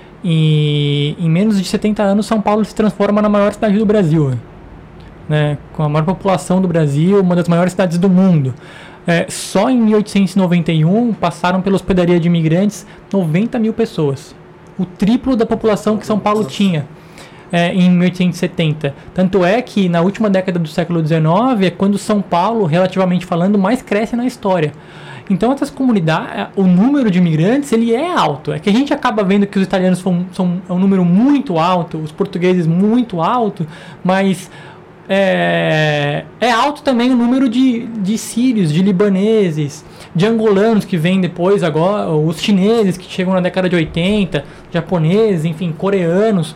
E em menos de 70 anos, São Paulo se transforma na maior cidade do Brasil, né? Com a maior população do Brasil, uma das maiores cidades do mundo. Só em 1891 passaram pela hospedaria de imigrantes 90 mil pessoas. O triplo da população que São Paulo tinha em 1870. Tanto é que na última década do século XIX é quando São Paulo, relativamente falando, mais cresce na história. Então essas comunidades, o número de imigrantes ele é alto. É que a gente acaba vendo que os italianos são um número muito alto, os portugueses muito alto, mas... É alto também o número de sírios, de libaneses, de angolanos que vêm depois agora, os chineses que chegam na década de 80, japoneses, enfim, coreanos.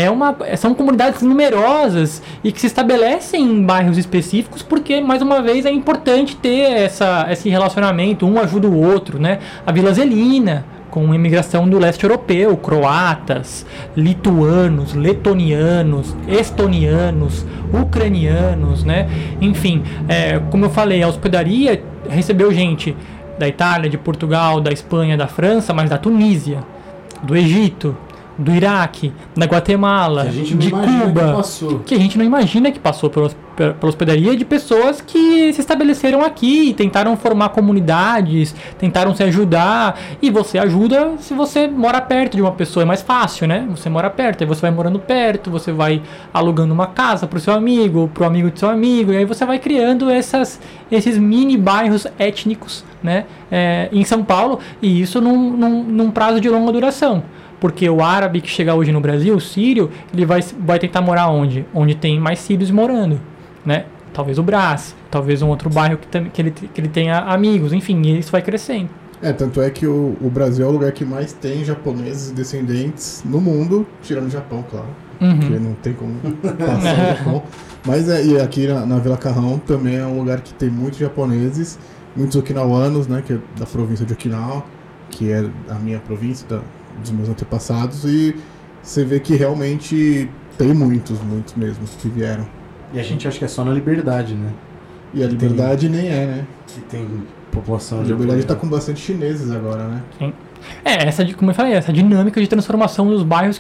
São comunidades numerosas e que se estabelecem em bairros específicos porque, mais uma vez, é importante ter esse relacionamento, um ajuda o outro, né? A Vila Zelina, com imigração do leste europeu, croatas, lituanos, letonianos, estonianos, ucranianos, né? Enfim, como eu falei, a hospedaria recebeu gente da Itália, de Portugal, da Espanha, da França, mas da Tunísia, do Egito, do Iraque, da Guatemala, de Cuba, que a gente não imagina que passou pela hospedaria de pessoas que se estabeleceram aqui, tentaram formar comunidades, tentaram se ajudar, e você ajuda se você mora perto de uma pessoa, é mais fácil, né? Você mora perto, aí você vai morando perto, você vai alugando uma casa pro seu amigo, pro amigo do seu amigo, e aí você vai criando esses mini bairros étnicos, né? Em São Paulo, e isso num prazo de longa duração. Porque o árabe que chega hoje no Brasil, o sírio, ele vai tentar morar onde? Onde tem mais sírios morando, né? Talvez o Brás, talvez um outro bairro que ele tenha amigos, enfim, e isso vai crescendo. Tanto é que o Brasil é o lugar que mais tem japoneses descendentes no mundo, tirando o Japão, claro. Porque não tem como passar o Japão. Mas e aqui na Vila Carrão também é um lugar que tem muitos japoneses, muitos okinawanos, né? Que é da província de Okinawa, que é a minha província, dos meus antepassados, e você vê que realmente tem muitos mesmo que vieram. E a gente acha que é só na Liberdade, né? E a Liberdade nem é, né? Que tem população... A Liberdade está com bastante chineses agora, né? Sim. Como eu falei, essa dinâmica de transformação dos bairros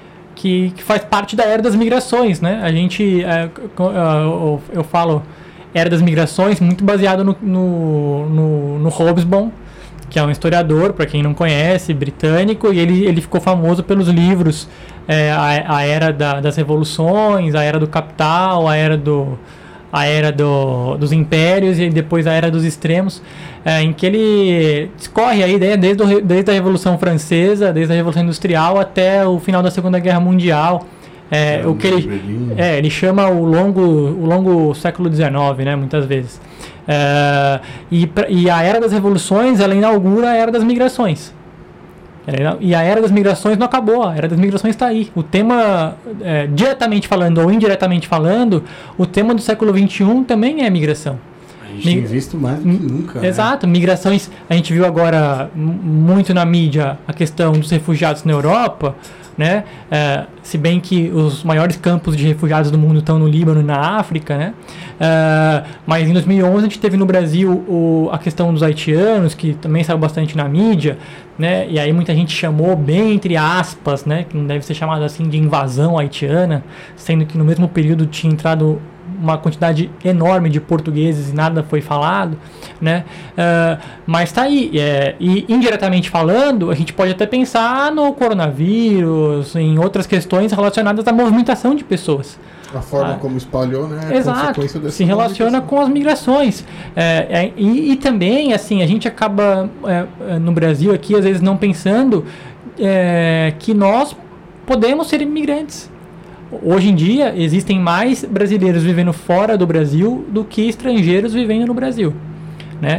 que faz parte da era das migrações, né? A gente, eu falo, Era das Migrações, muito baseado no Hobsbawm, que é um historiador, para quem não conhece, britânico, e ele ficou famoso pelos livros a Era das Revoluções, a Era do Capital, a Era dos Impérios e depois a Era dos Extremos, em que ele discorre aí desde a Revolução Francesa, desde a Revolução Industrial até o final da Segunda Guerra Mundial. O que ele chama o longo século XIX, né, muitas vezes. E a Era das Revoluções, ela inaugura a Era das Migrações. E a Era das Migrações não acabou, a Era das Migrações está aí. O tema, diretamente falando ou indiretamente falando, o tema do século XXI também é migração. A gente tem visto mais do que nunca. Exato, migrações. A gente viu agora muito na mídia a questão dos refugiados na Europa, né? Se bem que os maiores campos de refugiados do mundo estão no Líbano e na África, né? Mas em 2011 a gente teve no Brasil a questão dos haitianos, que também saiu bastante na mídia, né? E aí muita gente chamou, bem entre aspas, né? Que não deve ser chamado assim de invasão haitiana, sendo que no mesmo período tinha entrado uma quantidade enorme de portugueses e nada foi falado, né? Mas tá aí. E indiretamente falando, a gente pode até pensar no coronavírus, em outras questões relacionadas à movimentação de pessoas. A forma como espalhou, né? Exato, se relaciona com as migrações. E também, assim, a gente acaba no Brasil aqui, às vezes, não pensando que nós podemos ser imigrantes. Hoje em dia, existem mais brasileiros vivendo fora do Brasil do que estrangeiros vivendo no Brasil, né?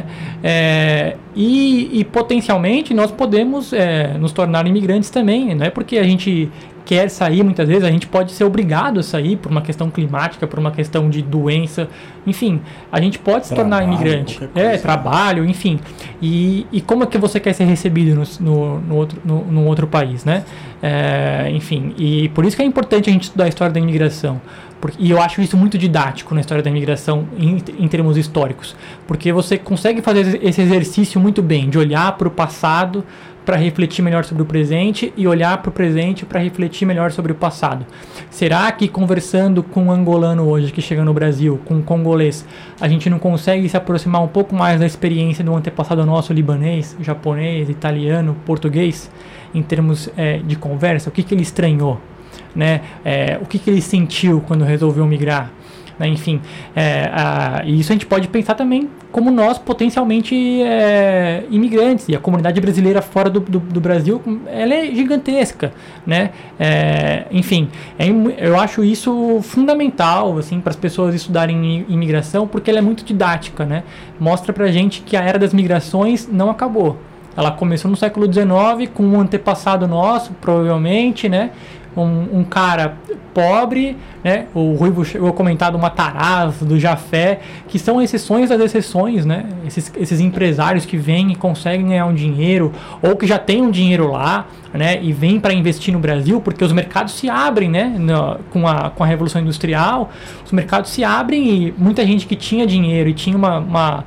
E potencialmente nós podemos nos tornar imigrantes também. Não é porque a gente quer sair, muitas vezes a gente pode ser obrigado a sair por uma questão climática, por uma questão de doença, enfim, a gente pode se tornar imigrante, trabalho, enfim, e como é que você quer ser recebido no outro país, né? Enfim, e por isso que é importante a gente estudar a história da imigração, e eu acho isso muito didático na história da imigração em termos históricos, porque você consegue fazer esse exercício muito bem, de olhar para o passado para refletir melhor sobre o presente e olhar para o presente para refletir melhor sobre o passado. Será que conversando com um angolano hoje que chega no Brasil, com um congolês, a gente não consegue se aproximar um pouco mais da experiência do antepassado nosso libanês, japonês, italiano, português, em termos de conversa? O que ele estranhou, né? O que ele sentiu quando resolveu migrar? Né? Enfim, e isso a gente pode pensar também como nós potencialmente imigrantes, e a comunidade brasileira fora do Brasil, ela é gigantesca, né? Enfim, eu acho isso fundamental assim, para as pessoas estudarem imigração, porque ela é muito didática, né? Mostra pra gente que a Era das Migrações não acabou. Ela começou no século XIX com um antepassado nosso, provavelmente, né? Um cara pobre, né? O Ruivo chegou a comentar do Matarazzo, do Jafé, que são exceções das exceções, né? Esses empresários que vêm e conseguem ganhar um dinheiro, ou que já têm um dinheiro lá, né? E vêm para investir no Brasil, porque os mercados se abrem, né? Com a Revolução Industrial, os mercados se abrem e muita gente que tinha dinheiro e tinha uma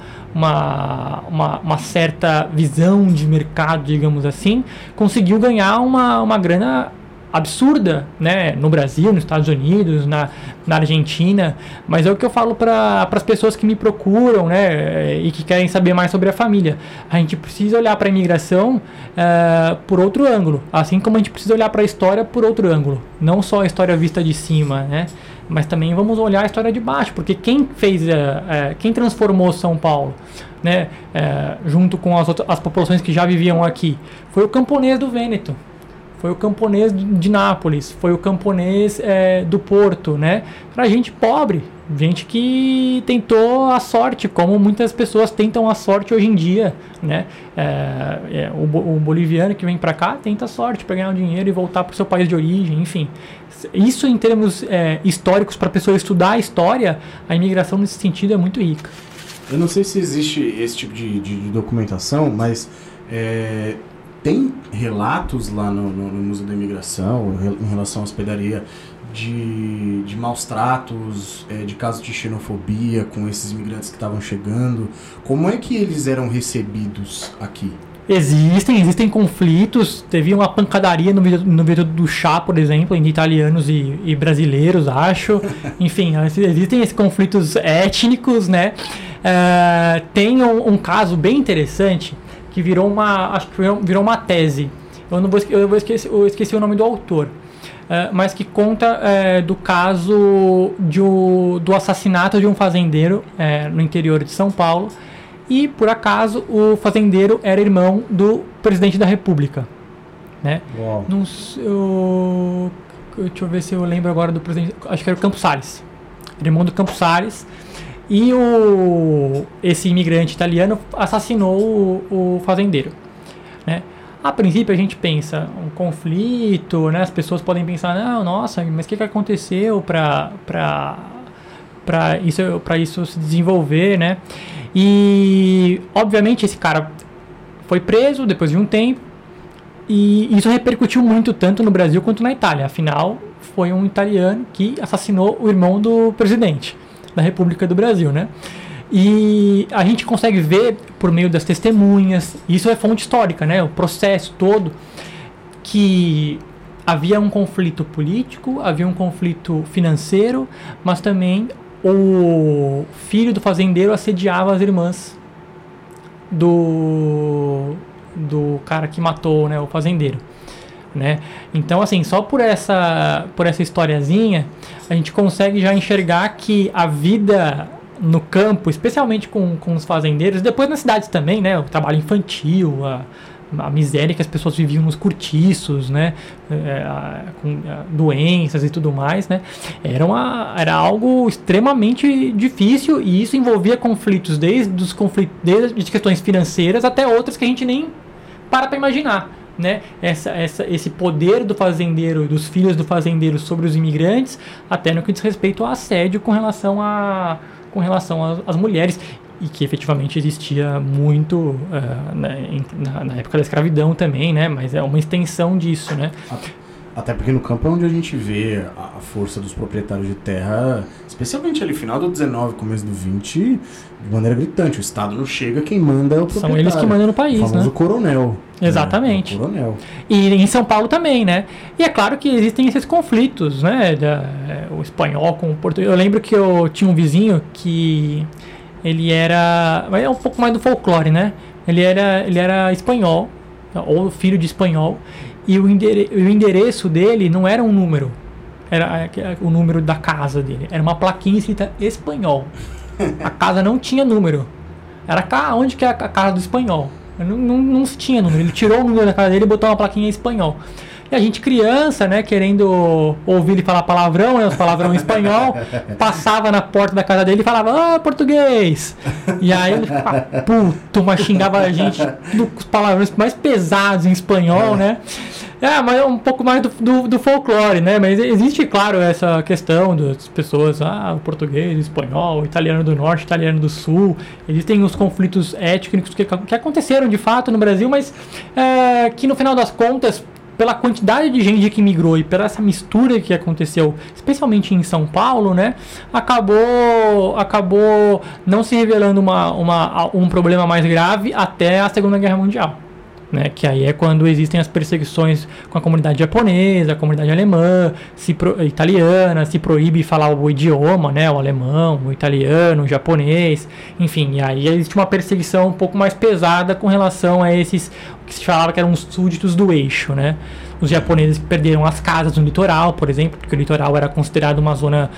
certa visão de mercado, digamos assim, conseguiu ganhar uma grana absurda, né, no Brasil, nos Estados Unidos, na Argentina. Mas é o que eu falo para as pessoas que me procuram, né, e que querem saber mais sobre a família. A gente precisa olhar para a imigração por outro ângulo, assim como a gente precisa olhar para a história por outro ângulo, não só a história vista de cima, né, mas também vamos olhar a história de baixo, porque quem transformou São Paulo, né, junto com as populações que já viviam aqui, foi o camponês do Vêneto. Foi o camponês de Nápoles, foi o camponês do Porto, né? Pra gente pobre, gente que tentou a sorte, como muitas pessoas tentam a sorte hoje em dia, né? O boliviano que vem pra cá tenta a sorte para ganhar um dinheiro e voltar pro seu país de origem, enfim. Isso em termos históricos, para a pessoa estudar a história, a imigração nesse sentido é muito rica. Eu não sei se existe esse tipo de documentação, mas... tem relatos lá no Museu da Imigração em relação à hospedaria de maus tratos, de casos de xenofobia com esses imigrantes que estavam chegando. Como é que eles eram recebidos aqui? Existem conflitos. Teve uma pancadaria no vídeo do Chá, por exemplo, entre italianos e brasileiros, acho. Enfim, existem esses conflitos étnicos, né? Tem um caso bem interessante que virou uma tese. Eu esqueci o nome do autor. Mas que conta do caso do assassinato de um fazendeiro no interior de São Paulo. E, por acaso, o fazendeiro era irmão do presidente da República. Né? Deixa eu ver se eu lembro agora do presidente. Acho que era o Campos Salles. Era irmão do Campos Salles. E esse imigrante italiano assassinou o fazendeiro. Né? A princípio a gente pensa um conflito, né? As pessoas podem pensar, não, nossa, mas o que aconteceu para isso se desenvolver, né? E obviamente esse cara foi preso depois de um tempo e isso repercutiu muito tanto no Brasil quanto na Itália. Afinal, foi um italiano que assassinou o irmão do presidente da República do Brasil, né? E a gente consegue ver por meio das testemunhas, isso é fonte histórica, né? O processo todo, que havia um conflito político, havia um conflito financeiro, mas também o filho do fazendeiro assediava as irmãs do cara que matou, né, o fazendeiro. Né? Então, assim, só por essa historiazinha, a gente consegue já enxergar que a vida no campo, especialmente com os fazendeiros, depois nas cidades também, né, o trabalho infantil, a miséria que as pessoas viviam nos cortiços, né, com doenças e tudo mais, né, era algo extremamente difícil, e isso envolvia conflitos, desde questões financeiras até outras que a gente nem para imaginar. Né? Esse poder do fazendeiro, dos filhos do fazendeiro sobre os imigrantes, até no que diz respeito ao assédio com relação às mulheres, e que efetivamente existia muito na época da escravidão também, né? Mas é uma extensão disso, né? Até porque no campo é onde a gente vê a força dos proprietários de terra, especialmente ali final do 19, começo do 20, de maneira gritante. O Estado não chega, quem manda é o proprietário. São eles que mandam no país, o famoso, né? Coronel. Exatamente. O coronel. E em São Paulo também, né? E é claro que existem esses conflitos, né? O espanhol com o português. Eu lembro que eu tinha um vizinho que ele era... Mas é um pouco mais do folclore, né? Ele era espanhol, ou filho de espanhol. E o endereço dele não era um número, era o número da casa dele, era uma plaquinha escrita espanhol. A casa não tinha número, era onde que é a casa do espanhol, não tinha número. Ele tirou o número da casa dele e botou uma plaquinha em espanhol. E a gente criança, né, querendo ouvir ele falar palavrão, né, os palavrão em espanhol, passava na porta da casa dele e falava, português! E aí ele ficava puto, mas xingava a gente com os palavrões mais pesados em espanhol, né? Mas é um pouco mais do folclore, né? Mas existe, claro, essa questão das pessoas, o português, o espanhol, o italiano do norte, o italiano do sul. Existem os conflitos étnicos que aconteceram de fato no Brasil, mas que no final das contas, pela quantidade de gente que migrou e pela essa mistura que aconteceu, especialmente em São Paulo, né, acabou não se revelando um problema mais grave até a Segunda Guerra Mundial. Né, que aí é quando existem as perseguições com a comunidade japonesa, a comunidade alemã, italiana, se proíbe falar o idioma, né, o alemão, o italiano, o japonês, enfim, e aí existe uma perseguição um pouco mais pesada com relação a esses que se falava que eram os súditos do eixo, né? Os japoneses que perderam as casas no litoral, por exemplo, porque o litoral era considerado uma zona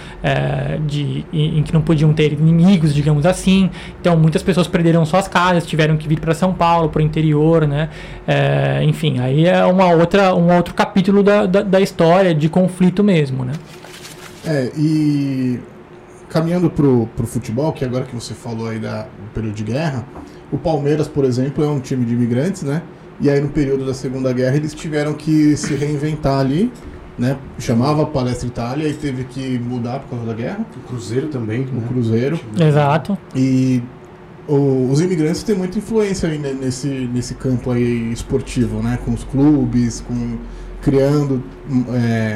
em que não podiam ter inimigos, digamos assim. Então, muitas pessoas perderam suas casas, tiveram que vir para São Paulo, para o interior, né? Enfim, aí é um outro capítulo da história de conflito mesmo, né? E caminhando pro futebol, que agora que você falou aí do período de guerra, o Palmeiras, por exemplo, é um time de imigrantes, né? E aí no período da Segunda Guerra eles tiveram que se reinventar ali, né? Chamava Palestra Itália e teve que mudar por causa da guerra. O Cruzeiro também. O Cruzeiro. Exato. E os imigrantes têm muita influência aí nesse campo aí esportivo, né? Com os clubes, criando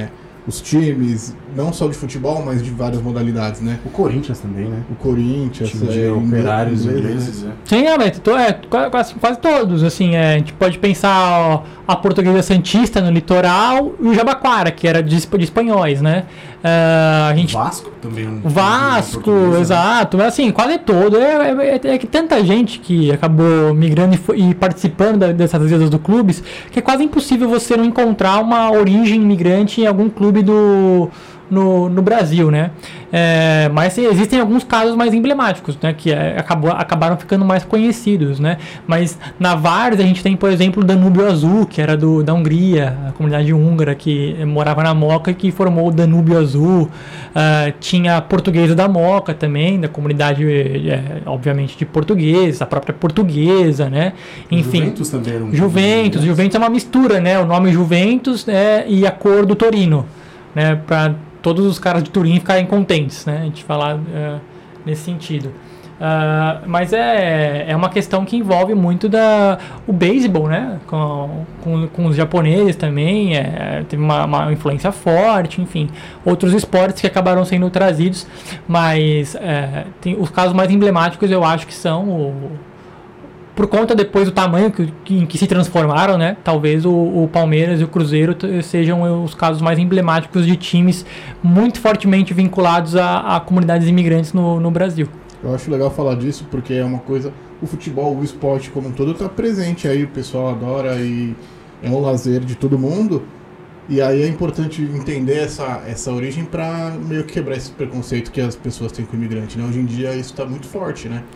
os times, não só de futebol, mas de várias modalidades, né? O Corinthians também, né? O Corinthians, time de operários ingleses, né? Sim, quase todos, assim, a gente pode pensar a Portuguesa Santista no litoral e o Jabaquara, que era de espanhóis, né? A gente... Vasco também. Vasco, exato, mas assim, quase todo, é que tanta gente que acabou migrando e participando dessas vezes do clubes, que é quase impossível você não encontrar uma origem imigrante em algum clube no Brasil, né? Mas existem alguns casos mais emblemáticos, né? Que acabaram ficando mais conhecidos, né? Mas na Várzea a gente tem, por exemplo, o Danúbio Azul, que era da Hungria, a comunidade húngara que morava na Moca e que formou o Danúbio Azul. Tinha a Portuguesa da Moca também, da comunidade, obviamente, de portugueses, a própria portuguesa, né? Enfim, Juventus também era um Juventus é uma mistura, né? O nome Juventus, e a cor do Torino, né? Para todos os caras de Turim ficarem contentes, né? A gente falar nesse sentido. Mas é uma questão que envolve muito o beisebol, né? Com os japoneses também, teve uma influência forte, enfim. Outros esportes que acabaram sendo trazidos, mas tem os casos mais emblemáticos, eu acho que são por conta depois do tamanho em que se transformaram, né? Talvez o Palmeiras e o Cruzeiro sejam os casos mais emblemáticos de times muito fortemente vinculados a comunidades imigrantes no Brasil. Eu acho legal falar disso porque é uma coisa... O futebol, o esporte como um todo está presente aí, o pessoal adora e é um lazer de todo mundo. E aí é importante entender essa origem para meio que quebrar esse preconceito que as pessoas têm com o imigrante, né? Hoje em dia isso está muito forte, né?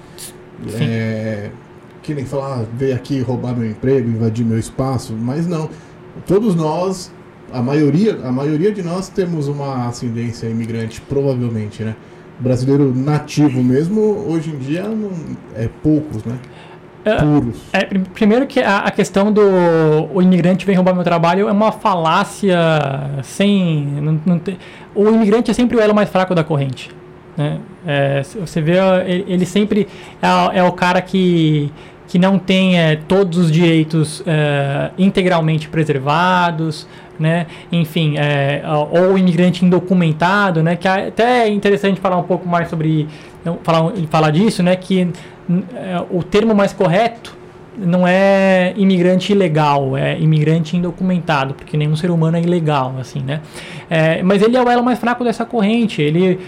Que nem falar, veio aqui roubar meu emprego, invadir meu espaço, mas não. Todos nós, a maioria de nós temos uma ascendência imigrante, provavelmente, né? Brasileiro nativo mesmo, hoje em dia, poucos, né? Puros. Primeiro que a questão do o imigrante vem roubar meu trabalho é uma falácia sem... o imigrante é sempre o elo mais fraco da corrente, né? Você vê, ele sempre é o cara que não tem todos os direitos integralmente preservados, né? Enfim, ou o imigrante indocumentado, né? Que até é interessante falar um pouco mais sobre falar disso, né? Que o termo mais correto não é imigrante ilegal, é imigrante indocumentado, porque nenhum ser humano é ilegal, assim, né? Mas ele é o elo mais fraco dessa corrente.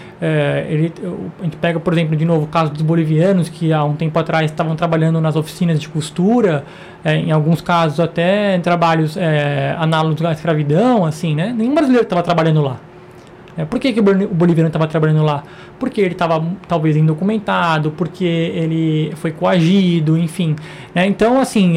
A gente pega, por exemplo, de novo, o caso dos bolivianos, que há um tempo atrás estavam trabalhando nas oficinas de costura, em alguns casos até em trabalhos análogos à escravidão, assim, né? Nenhum brasileiro estava trabalhando lá. Por que o boliviano estava trabalhando lá? Porque ele estava talvez indocumentado, porque ele foi coagido, enfim, né? Então, assim,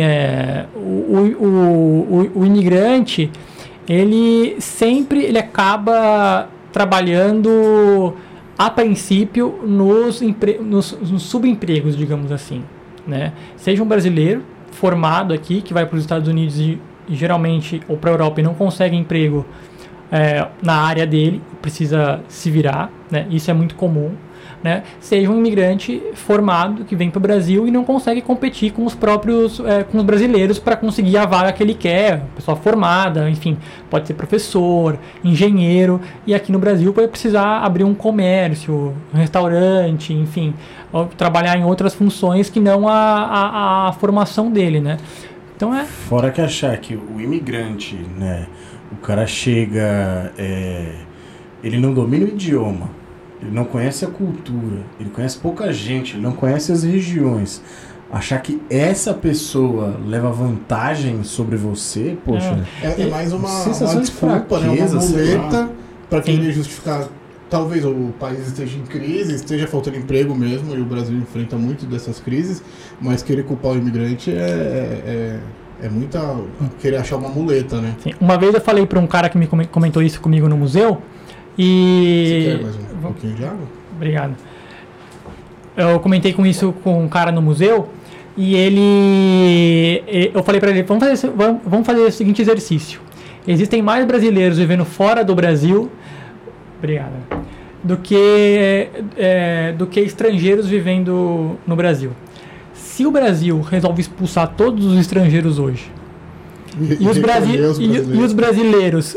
o imigrante, ele acaba trabalhando, a princípio, nos subempregos, digamos assim, né? Seja um brasileiro formado aqui, que vai para os Estados Unidos e geralmente, ou para a Europa e não consegue emprego na área dele, precisa se virar, né? Isso é muito comum, né? Seja um imigrante formado que vem para o Brasil e não consegue competir com os próprios com os brasileiros para conseguir a vaga que ele quer, pessoa formada, enfim, pode ser professor, engenheiro, e aqui no Brasil vai precisar abrir um comércio, um restaurante, enfim, ou trabalhar em outras funções que não a formação dele, né? Então Fora que achar que o imigrante, né? O cara chega, ele não domina o idioma, ele não conhece a cultura, ele conhece pouca gente, ele não conhece as regiões. Achar que essa pessoa leva vantagem sobre você, poxa... É mais uma desculpa, né? Uma muleta para querer justificar. Talvez o país esteja em crise, esteja faltando emprego mesmo, e o Brasil enfrenta muito dessas crises, mas querer culpar o imigrante é muita... querer achar uma muleta, né? Sim. Uma vez eu falei para um cara que me comentou isso comigo no museu, e... Você quer mais um pouquinho de água? Obrigado. Eu comentei isso com um cara no museu, e eu falei para ele, vamos fazer o seguinte exercício. Existem mais brasileiros vivendo fora do Brasil... Obrigado. Do que estrangeiros vivendo no Brasil. Se o Brasil resolve expulsar todos os estrangeiros hoje, e os brasileiros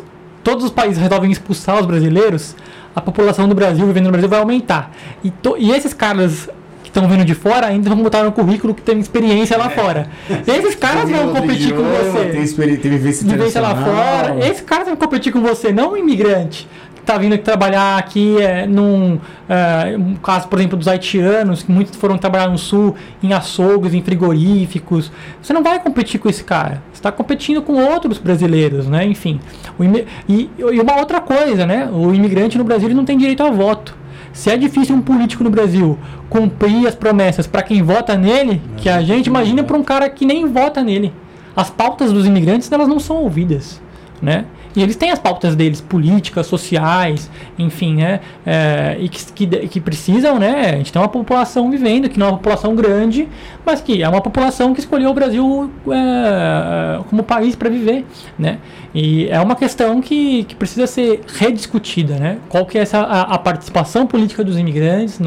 todos os países resolvem expulsar os brasileiros, a população do Brasil, vivendo no Brasil, vai aumentar. E esses caras que estão vindo de fora ainda vão botar no currículo que tem experiência lá fora. Esses caras vão competir com você. Tem vivência lá fora. Esses caras vão competir com você, não um imigrante que está vindo aqui trabalhar aqui num caso, por exemplo, dos haitianos, que muitos foram trabalhar no sul, em açougues, em frigoríficos. Você não vai competir com esse cara. Você está competindo com outros brasileiros, né? Enfim. E uma outra coisa, né? O imigrante no Brasil ele não tem direito a voto. Se é difícil um político no Brasil cumprir as promessas para quem vota nele, que a gente imagina para um cara que nem vota nele. As pautas dos imigrantes, elas não são ouvidas, né? E eles têm as pautas deles, políticas, sociais, enfim, né? E que precisam, né? A gente tem uma população vivendo, que não é uma população grande, mas que é uma população que escolheu o Brasil como país para viver, né? E é uma questão que precisa ser rediscutida, né? Qual que é a participação política dos imigrantes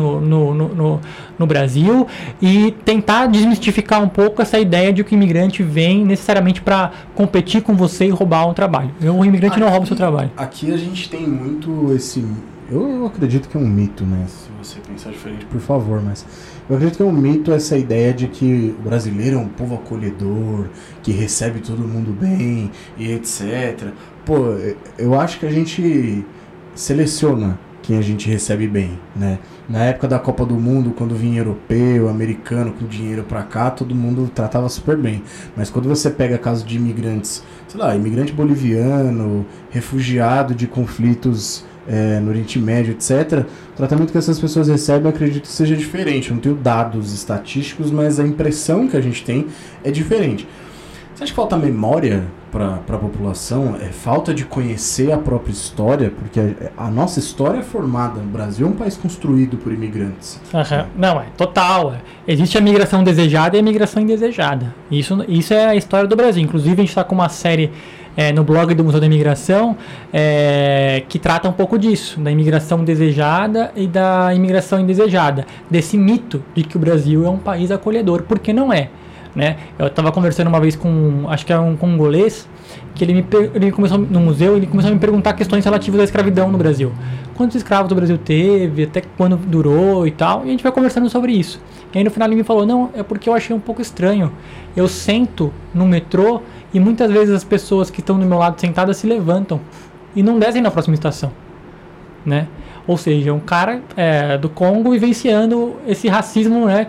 no Brasil e tentar desmistificar um pouco essa ideia de que o imigrante vem necessariamente para competir com você e roubar um trabalho. O imigrante não rouba o seu trabalho. Aqui a gente tem muito esse... Eu acredito que é um mito, né? Se você pensar diferente, por favor, mas... Eu acredito que é um mito essa ideia de que o brasileiro é um povo acolhedor, que recebe todo mundo bem e etc. Pô, eu acho que a gente seleciona quem a gente recebe bem, né? Na época da Copa do Mundo, quando vinha europeu, americano com dinheiro pra cá, todo mundo tratava super bem. Mas quando você pega caso de imigrantes, sei lá, imigrante boliviano, refugiado de conflitos no Oriente Médio, etc., o tratamento que essas pessoas recebem, eu acredito que seja diferente. Eu não tenho dados estatísticos, mas a impressão que a gente tem é diferente. Você acha que falta memória para a população? É falta de conhecer a própria história? Porque a nossa história é formada. O Brasil é um país construído por imigrantes. Uhum. Não, total. Existe a migração desejada e a migração indesejada. Isso é a história do Brasil. Inclusive, a gente está com uma série no blog do Museu da Imigração que trata um pouco disso, da imigração desejada e da imigração indesejada. Desse mito de que o Brasil é um país acolhedor, porque não é. Né? Eu estava conversando uma vez com, acho que é um congolês, que ele começou no museu, ele começou a me perguntar questões relativas à escravidão no Brasil. Quantos escravos o Brasil teve, até quando durou e tal, e a gente vai conversando sobre isso. E aí no final ele me falou, não, é porque eu achei um pouco estranho. Eu sento no metrô e muitas vezes as pessoas que estão do meu lado sentadas se levantam e não descem na próxima estação, né? Ou seja, um cara do Congo vivenciando esse racismo, né,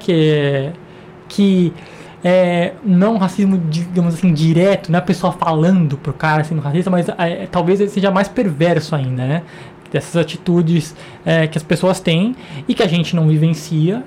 que não racismo, digamos assim, direto, não é a pessoa falando pro cara sendo racista, mas talvez ele seja mais perverso ainda, né? Dessas atitudes que as pessoas têm e que a gente não vivencia,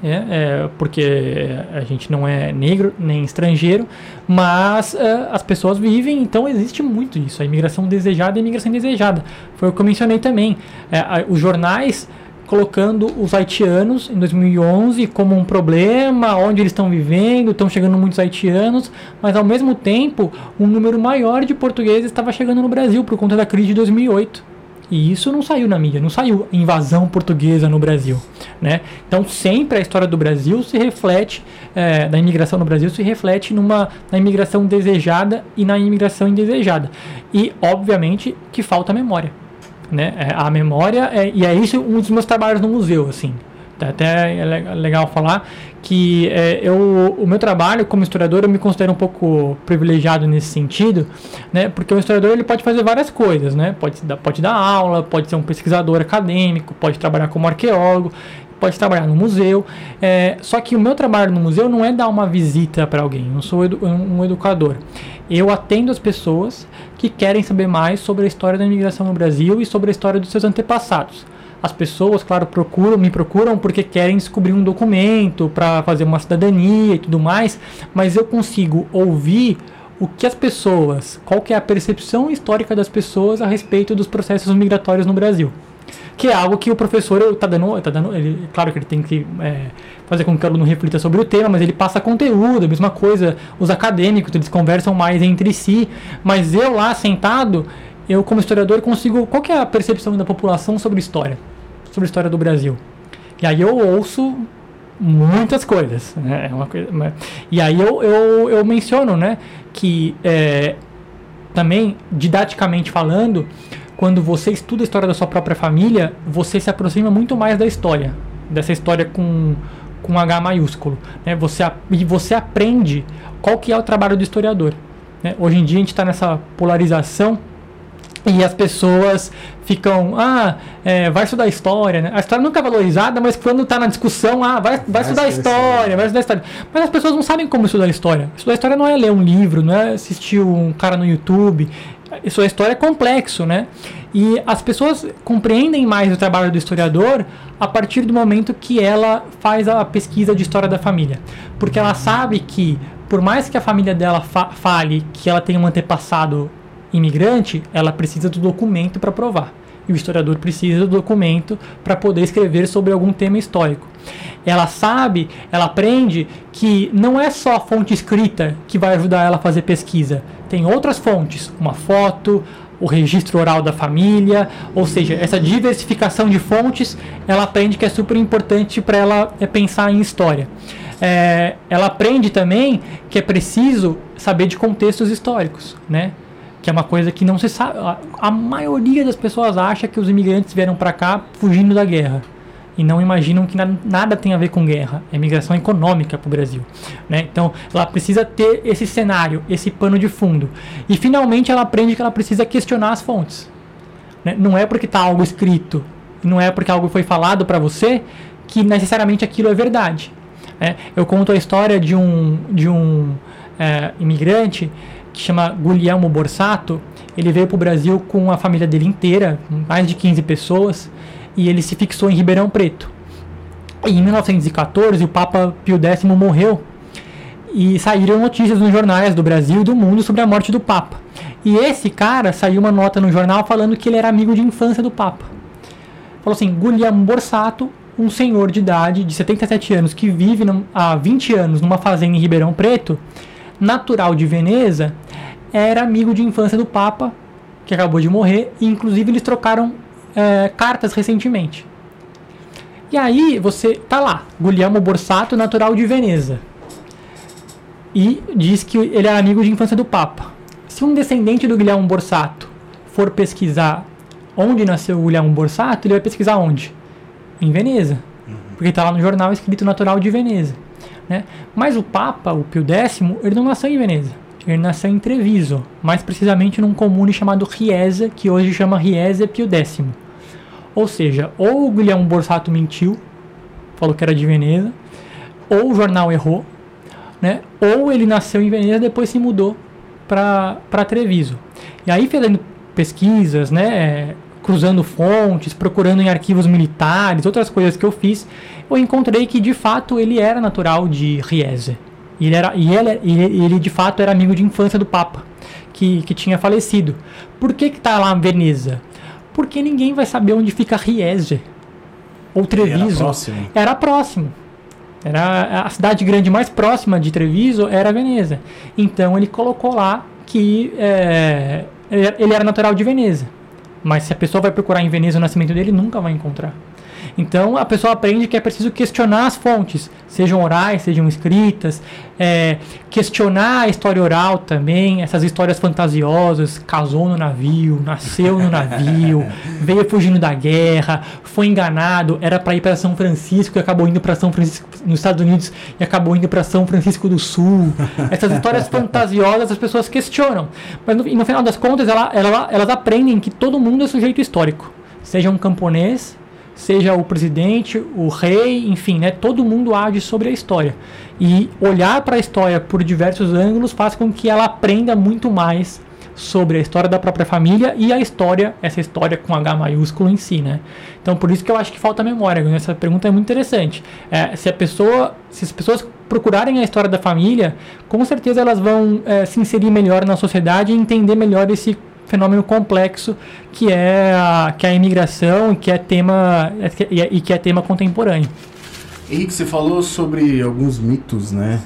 porque a gente não é negro nem estrangeiro, mas as pessoas vivem, então existe muito isso, a imigração desejada e a imigração indesejada. Foi o que eu mencionei também. Os jornais colocando os haitianos em 2011 como um problema, onde eles estão vivendo, estão chegando muitos haitianos, mas ao mesmo tempo um número maior de portugueses estava chegando no Brasil por conta da crise de 2008. E isso não saiu na mídia, não saiu invasão portuguesa no Brasil, né? Então sempre a história do Brasil se reflete, da imigração no Brasil se reflete na imigração desejada e na imigração indesejada. E obviamente que falta memória. Né? A memória, e é isso um dos meus trabalhos no museu, assim. Até é legal falar que o meu trabalho como historiador, eu me considero um pouco privilegiado nesse sentido, né? Porque o historiador ele pode fazer várias coisas, né? Pode dar aula, pode ser um pesquisador acadêmico, pode trabalhar como arqueólogo, pode trabalhar no museu, só que o meu trabalho no museu não é dar uma visita para alguém, eu não sou um educador. Eu atendo as pessoas que querem saber mais sobre a história da imigração no Brasil e sobre a história dos seus antepassados. As pessoas, claro, me procuram porque querem descobrir um documento para fazer uma cidadania e tudo mais, mas eu consigo ouvir o que as pessoas, qual que é a percepção histórica das pessoas a respeito dos processos migratórios no Brasil. Que é algo que o professor está dando claro que ele tem que fazer com que o aluno reflita sobre o tema, mas ele passa conteúdo, a mesma coisa, os acadêmicos, eles conversam mais entre si, mas eu lá sentado, eu como historiador consigo, qual que é a percepção da população sobre a história do Brasil? E aí eu ouço muitas coisas, né? E aí eu menciono, né, que também, didaticamente falando, quando você estuda a história da sua própria família, você se aproxima muito mais da história, dessa história com H maiúsculo, né? Você aprende qual que é o trabalho do historiador, né? Hoje em dia a gente está nessa polarização e as pessoas ficam, vai estudar história, né? A história nunca é valorizada, mas quando está na discussão, vai estudar história, vai estudar história. Mas as pessoas não sabem como estudar história. Estudar história não é ler um livro, não é assistir um cara no YouTube. Estudar história é complexo, né? E as pessoas compreendem mais o trabalho do historiador a partir do momento que ela faz a pesquisa de história da família. Porque ela sabe que, por mais que a família dela fale que ela tem um antepassado imigrante, ela precisa do documento para provar. E o historiador precisa do documento para poder escrever sobre algum tema histórico. Ela aprende que não é só a fonte escrita que vai ajudar ela a fazer pesquisa. Tem outras fontes, uma foto, o registro oral da família, ou seja, essa diversificação de fontes, ela aprende que é super importante para ela pensar em história. Ela aprende também que é preciso saber de contextos históricos, né? Que é uma coisa que não se sabe. A maioria das pessoas acha que os imigrantes vieram para cá fugindo da guerra e não imaginam que nada tem a ver com guerra. É migração econômica para o Brasil, né? Então, ela precisa ter esse cenário, esse pano de fundo. E, finalmente, ela aprende que ela precisa questionar as fontes, né? Não é porque está algo escrito, não é porque algo foi falado para você que necessariamente aquilo é verdade. Eu conto a história de um imigrante que chama Guglielmo Borsato. Ele veio para o Brasil com a família dele inteira, mais de 15 pessoas, e ele se fixou em Ribeirão Preto. E em 1914, o Papa Pio X morreu, e saíram notícias nos jornais do Brasil e do mundo sobre a morte do Papa. E esse cara, saiu uma nota no jornal falando que ele era amigo de infância do Papa. Falou assim: Guglielmo Borsato, um senhor de idade, de 77 anos, que vive há 20 anos numa fazenda em Ribeirão Preto, natural de Veneza, era amigo de infância do Papa, que acabou de morrer, e inclusive eles trocaram cartas recentemente. E aí você tá lá, Guglielmo Borsato, natural de Veneza, e diz que ele é amigo de infância do Papa. Se um descendente do Guglielmo Borsato for pesquisar onde nasceu o Guglielmo Borsato, ele vai pesquisar onde? Em Veneza, porque está lá no jornal escrito natural de Veneza, né? Mas o Papa, o Pio X, ele não nasceu em Veneza, ele nasceu em Treviso, mais precisamente num comune chamado Riese, que hoje chama Riese Pio X. Ou seja, ou o Guglielmo Borsato mentiu, falou que era de Veneza, ou o jornal errou, né? Ou ele nasceu em Veneza e depois se mudou para Treviso. E aí, fazendo pesquisas, né, cruzando fontes, procurando em arquivos militares, outras coisas que eu fiz, eu encontrei que de fato ele era natural de Riese. Ele de fato era amigo de infância do Papa, que tinha falecido. Por que está lá em Veneza? Porque ninguém vai saber onde fica Riese ou Treviso. Era próximo. Era a cidade grande mais próxima de Treviso, era Veneza. Então ele colocou lá que ele era natural de Veneza. Mas se a pessoa vai procurar em Veneza o nascimento dele, nunca vai encontrar. Então a pessoa aprende que é preciso questionar as fontes, sejam orais, sejam escritas, questionar a história oral também, essas histórias fantasiosas, casou no navio, nasceu no navio, veio fugindo da guerra, foi enganado, era para ir para São Francisco e acabou indo para São Francisco nos Estados Unidos e acabou indo para São Francisco do Sul. Essas histórias fantasiosas as pessoas questionam, mas no final das contas elas aprendem que todo mundo é sujeito histórico, seja um camponês, seja o presidente, o rei, enfim, né, todo mundo age sobre a história. E olhar para a história por diversos ângulos faz com que ela aprenda muito mais sobre a história da própria família e essa história com H maiúsculo em si, né? Então, por isso que eu acho que falta memória. Essa pergunta é muito interessante. Se as pessoas procurarem a história da família, com certeza elas vão se inserir melhor na sociedade e entender melhor esse fenômeno complexo que é a imigração e que é tema contemporâneo. Henrique, você falou sobre alguns mitos, né,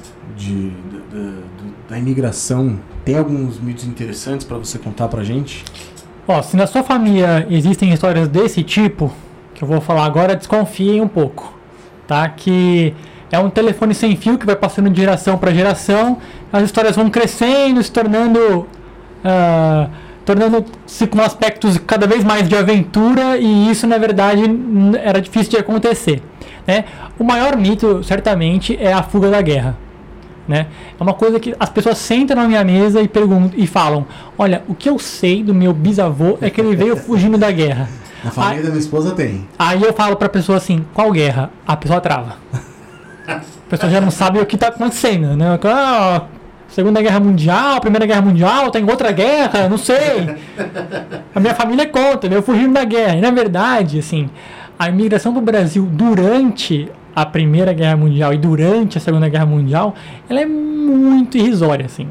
da imigração. Tem alguns mitos interessantes para você contar pra gente? Se na sua família existem histórias desse tipo, que eu vou falar agora, desconfiem um pouco, tá? Que é um telefone sem fio que vai passando de geração para geração, as histórias vão crescendo, se tornando tornando-se com aspectos cada vez mais de aventura, e isso, na verdade, era difícil de acontecer, né? O maior mito, certamente, é a fuga da guerra, né? É uma coisa que as pessoas sentam na minha mesa e perguntam e falam: olha, o que eu sei do meu bisavô é que ele veio fugindo da guerra. A família da minha esposa tem. Aí eu falo pra pessoa assim: qual guerra? A pessoa trava. A pessoa já não sabe o que tá acontecendo, né? Segunda Guerra Mundial, Primeira Guerra Mundial, tem outra guerra, não sei. A minha família conta, eu fugindo da guerra. E na verdade, assim, a imigração do Brasil durante a Primeira Guerra Mundial e durante a Segunda Guerra Mundial, ela é muito irrisória, assim.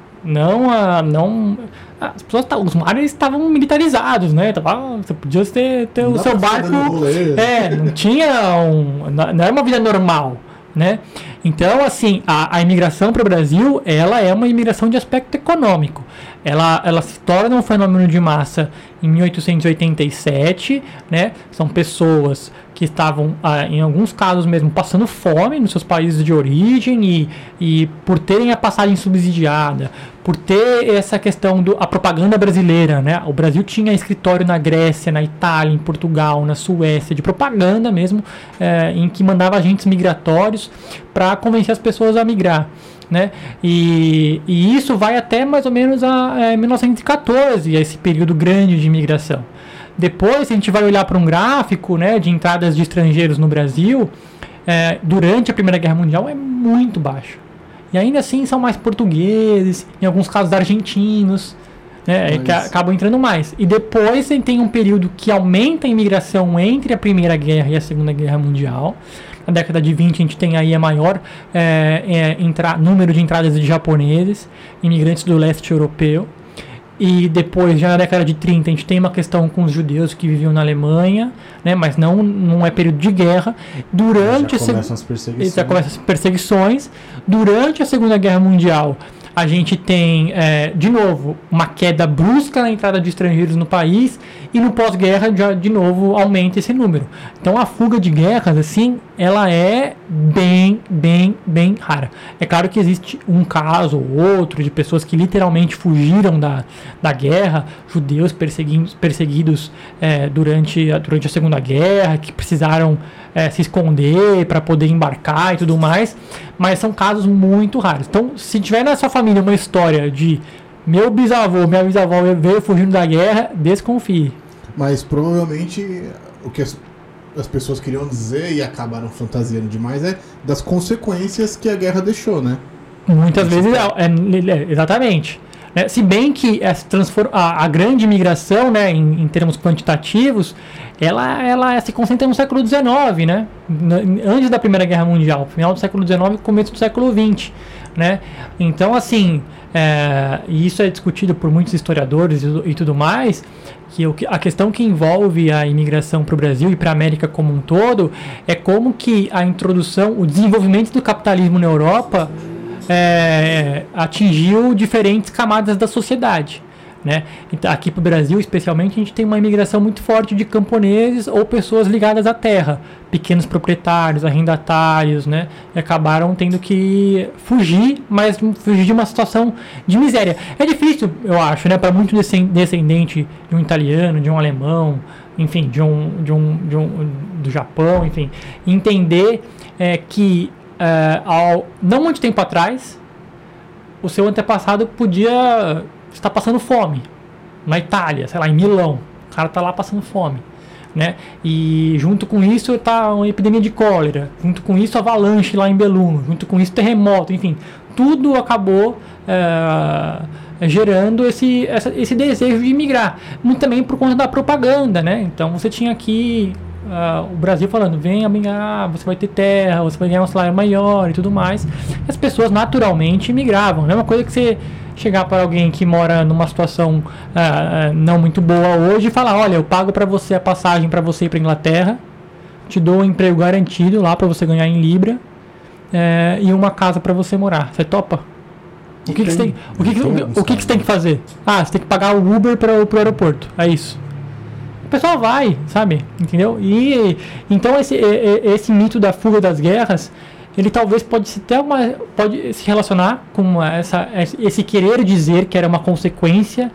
As pessoas, os mares estavam militarizados, né? Você podia ter o seu barco. Não tinha não era uma vida normal, né? Então, assim, a imigração para o Brasil, ela é uma imigração de aspecto econômico. Ela se torna um fenômeno de massa em 1887, né? São pessoas que estavam, em alguns casos mesmo, passando fome nos seus países de origem e por terem a passagem subsidiada, por ter essa questão a propaganda brasileira, né? O Brasil tinha escritório na Grécia, na Itália, em Portugal, na Suécia, de propaganda mesmo, em que mandava agentes migratórios para convencer as pessoas a migrar, né? E isso vai até mais ou menos a 1914, esse período grande de imigração. Depois, a gente vai olhar para um gráfico, né, de entradas de estrangeiros no Brasil, durante a Primeira Guerra Mundial, é muito baixo. E ainda assim são mais portugueses, em alguns casos argentinos, né, que acabam entrando mais. E depois tem um período que aumenta a imigração entre a Primeira Guerra e a Segunda Guerra Mundial. Na década de 20 a gente tem aí a maior número de entradas de japoneses, imigrantes do leste europeu. E depois, já na década de 30, a gente tem uma questão com os judeus que viviam na Alemanha, né, mas não é período de guerra. Já começam as perseguições. Já começam as perseguições. Durante a Segunda Guerra Mundial, a gente tem, de novo, uma queda brusca na entrada de estrangeiros no país, e no pós-guerra, já, de novo, aumenta esse número. Então, a fuga de guerras, assim, ela é bem, bem, bem rara. É claro que existe um caso ou outro de pessoas que literalmente fugiram da guerra, judeus perseguidos durante a Segunda Guerra, que precisaram se esconder para poder embarcar e tudo mais, mas são casos muito raros. Então, se tiver na sua família uma história de minha bisavó veio fugindo da guerra, desconfie. Mas provavelmente o que as pessoas queriam dizer e acabaram fantasiando demais é das consequências que a guerra deixou, né? Muitas vezes, exatamente. Se bem que a grande imigração, né, em termos quantitativos, ela se concentra no século XIX, né? Antes da Primeira Guerra Mundial, final do século XIX e começo do século XX, né? Então, assim, e isso é discutido por muitos historiadores e tudo mais, que a questão que envolve a imigração para o Brasil e para a América como um todo é como que a introdução, o desenvolvimento do capitalismo na Europa atingiu diferentes camadas da sociedade, né? Então, aqui para o Brasil, especialmente, a gente tem uma imigração muito forte de camponeses ou pessoas ligadas à terra, pequenos proprietários, arrendatários, né? E acabaram tendo que fugir, mas fugir de uma situação de miséria. É difícil, eu acho, né, para muito descendente de um italiano, de um alemão, enfim, do Japão, enfim, entender que não muito tempo atrás o seu antepassado podia estar passando fome na Itália, sei lá, em Milão. O cara tá lá passando fome, né? E junto com isso tá uma epidemia de cólera, junto com isso avalanche lá em Belluno, junto com isso terremoto, enfim, tudo acabou gerando esse desejo de migrar, muito também por conta da propaganda, né? Então você tinha aqui o Brasil falando, venha migrar, você vai ter terra, você vai ganhar um salário maior e tudo mais. As pessoas naturalmente migravam. Não é uma coisa que você chegar para alguém que mora numa situação não muito boa hoje e falar, olha, eu pago para você a passagem para você ir para Inglaterra, te dou um emprego garantido lá para você ganhar em Libra, e uma casa para você morar. Você topa? O que você tem que fazer? Você tem que pagar o Uber para o aeroporto. É isso. O pessoal vai, sabe? Entendeu? E então esse mito da fuga das guerras ele talvez pode se relacionar com esse querer dizer que era uma consequência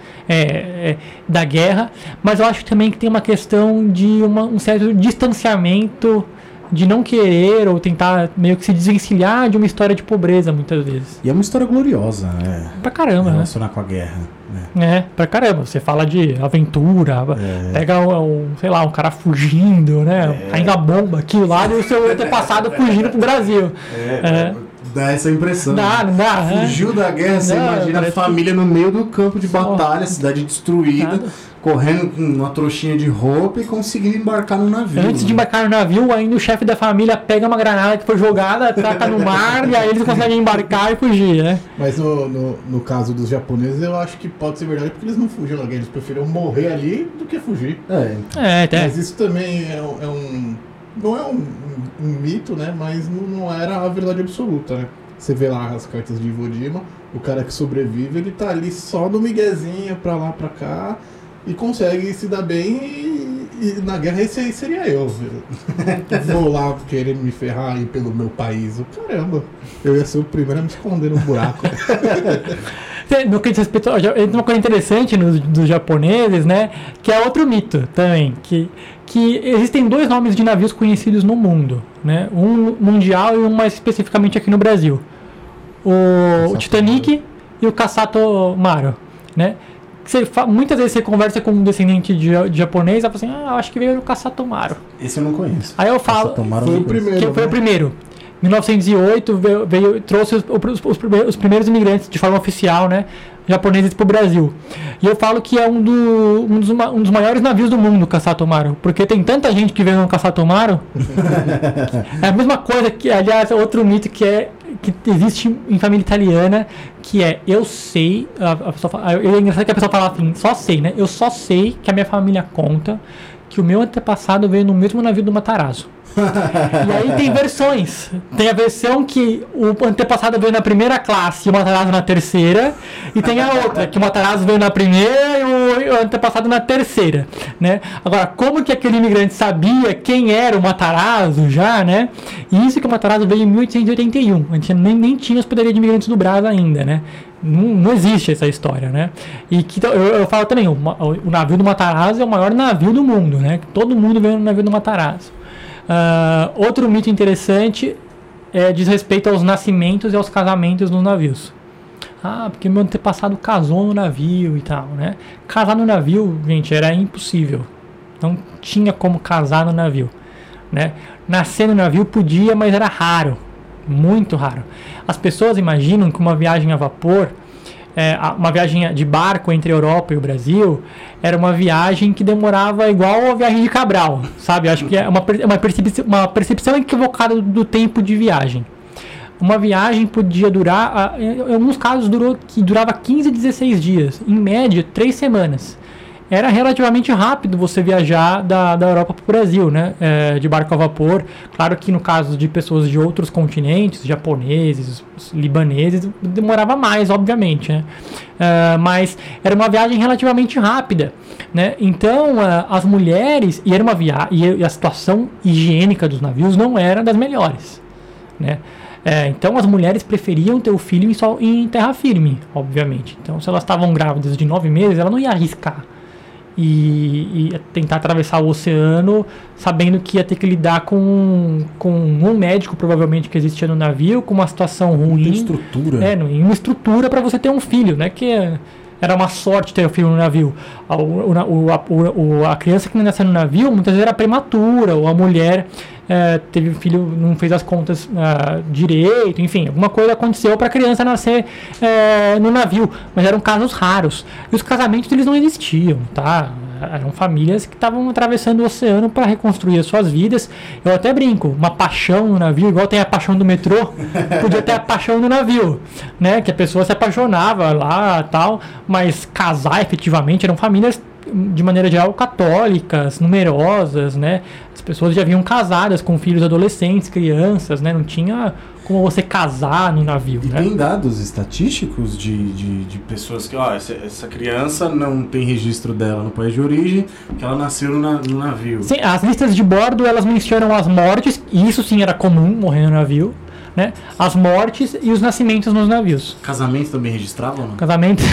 da guerra, mas eu acho também que tem uma questão de um certo distanciamento, de não querer ou tentar meio que se desvencilhar de uma história de pobreza, muitas vezes. E é uma história gloriosa, né? Pra caramba, né? Relacionar com a guerra. Né? Pra caramba. Você fala de aventura, pega sei lá, um cara fugindo, né? Caindo a bomba aqui lá e o seu antepassado fugindo pro Brasil. Dá essa impressão. Não dá. Fugiu da guerra, você imagina a família no meio do campo de batalha, cidade destruída, correndo com uma trouxinha de roupa e conseguindo embarcar no navio. Antes de embarcar no navio, ainda o chefe da família pega uma granada que foi jogada, taca no mar e aí eles conseguem embarcar e fugir, né? Mas no caso dos japoneses, eu acho que pode ser verdade porque eles não fugiram da guerra, eles preferiram morrer ali do que fugir. Mas isso também não é um mito, né? Mas não era a verdade absoluta, né? Você vê lá as cartas de Iwo Jima, o cara que sobrevive, ele tá ali só no miguezinho, pra lá, pra cá, e consegue se dar bem e na guerra esse aí seria eu. Vou lá querer me ferrar aí pelo meu país. Caramba, eu ia ser o primeiro a me esconder no buraco. No que diz respeito, uma coisa interessante dos japoneses, né? Que é outro mito também, que existem 2 nomes de navios conhecidos no mundo, né? Um mundial e um mais especificamente aqui no Brasil. O Titanic e o Kasato Maru, né? Muitas vezes você conversa com um descendente de japonês e fala assim, eu acho que veio no Kasato Maru. Esse eu não conheço. Aí eu falo, foi o primeiro. Foi o primeiro. Em 1908 trouxe os primeiros imigrantes de forma oficial, né, japoneses para o Brasil. E eu falo que é um dos maiores navios do mundo, o Kasato Maru, porque tem tanta gente que veio no Kasato Maru. É a mesma coisa que, aliás, outro mito que existe em família italiana, que é, eu sei, é engraçado que a pessoa fala assim, só sei, né? Eu só sei que a minha família conta que o meu antepassado veio no mesmo navio do Matarazzo. E aí tem versões. Tem a versão que o antepassado veio na primeira classe e o Matarazzo na terceira. E tem a outra, que o Matarazzo veio na primeira e o antepassado na terceira, né? Agora, como que aquele imigrante sabia quem era o Matarazzo já, né? E isso que o Matarazzo veio em 1881. A gente nem tinha hospedaria de imigrantes no Brasil ainda, né? Não existe essa história, né? E que eu falo também, o navio do Matarazzo é o maior navio do mundo, né? Todo mundo veio no navio do Matarazzo. Outro mito interessante diz respeito aos nascimentos e aos casamentos nos navios. Porque meu antepassado casou no navio e tal, né? Casar no navio, gente, era impossível. Não tinha como casar no navio, né? Nascer no navio podia, mas era raro. Muito raro. As pessoas imaginam que uma viagem a vapor, uma viagem de barco entre a Europa e o Brasil, era uma viagem que demorava igual a viagem de Cabral, sabe? Acho que é uma percepção equivocada do tempo de viagem. Uma viagem podia durar, em alguns casos durava 15 a 16 dias, em média 3 semanas. Era relativamente rápido você viajar da Europa para o Brasil, né? De barco a vapor. Claro que no caso de pessoas de outros continentes, japoneses, libaneses, demorava mais, obviamente, né? Mas era uma viagem relativamente rápida, né? Então, as mulheres... E a situação higiênica dos navios não era das melhores, né? Então as mulheres preferiam ter o filho em terra firme, obviamente. Então, se elas estavam grávidas de 9 meses, ela não ia arriscar e tentar atravessar o oceano sabendo que ia ter que lidar com um médico provavelmente que existia no navio, com uma situação ruim. Tem estrutura. Uma estrutura para você ter um filho, né? Que era uma sorte ter o filho no navio. A criança que nasceu no navio muitas vezes era prematura, ou a mulher teve filho, não fez as contas direito, enfim, alguma coisa aconteceu para a criança nascer no navio, mas eram casos raros. E os casamentos eles não existiam, tá? Eram famílias que estavam atravessando o oceano para reconstruir as suas vidas. Eu até brinco, uma paixão no navio, igual tem a paixão do metrô, podia ter a paixão no navio, né? Que a pessoa se apaixonava lá tal, mas casar efetivamente eram famílias de maneira geral católicas, numerosas, né? As pessoas já vinham casadas com filhos adolescentes, crianças, né? Não tinha como você casar no navio. E né? Tem dados estatísticos de pessoas que, essa criança não tem registro dela no país de origem, que ela nasceu no navio. Sim, as listas de bordo, elas mencionam as mortes, e isso sim era comum, morrer no navio. né? As mortes e os nascimentos nos navios. Casamento também registrava ou não? Casamento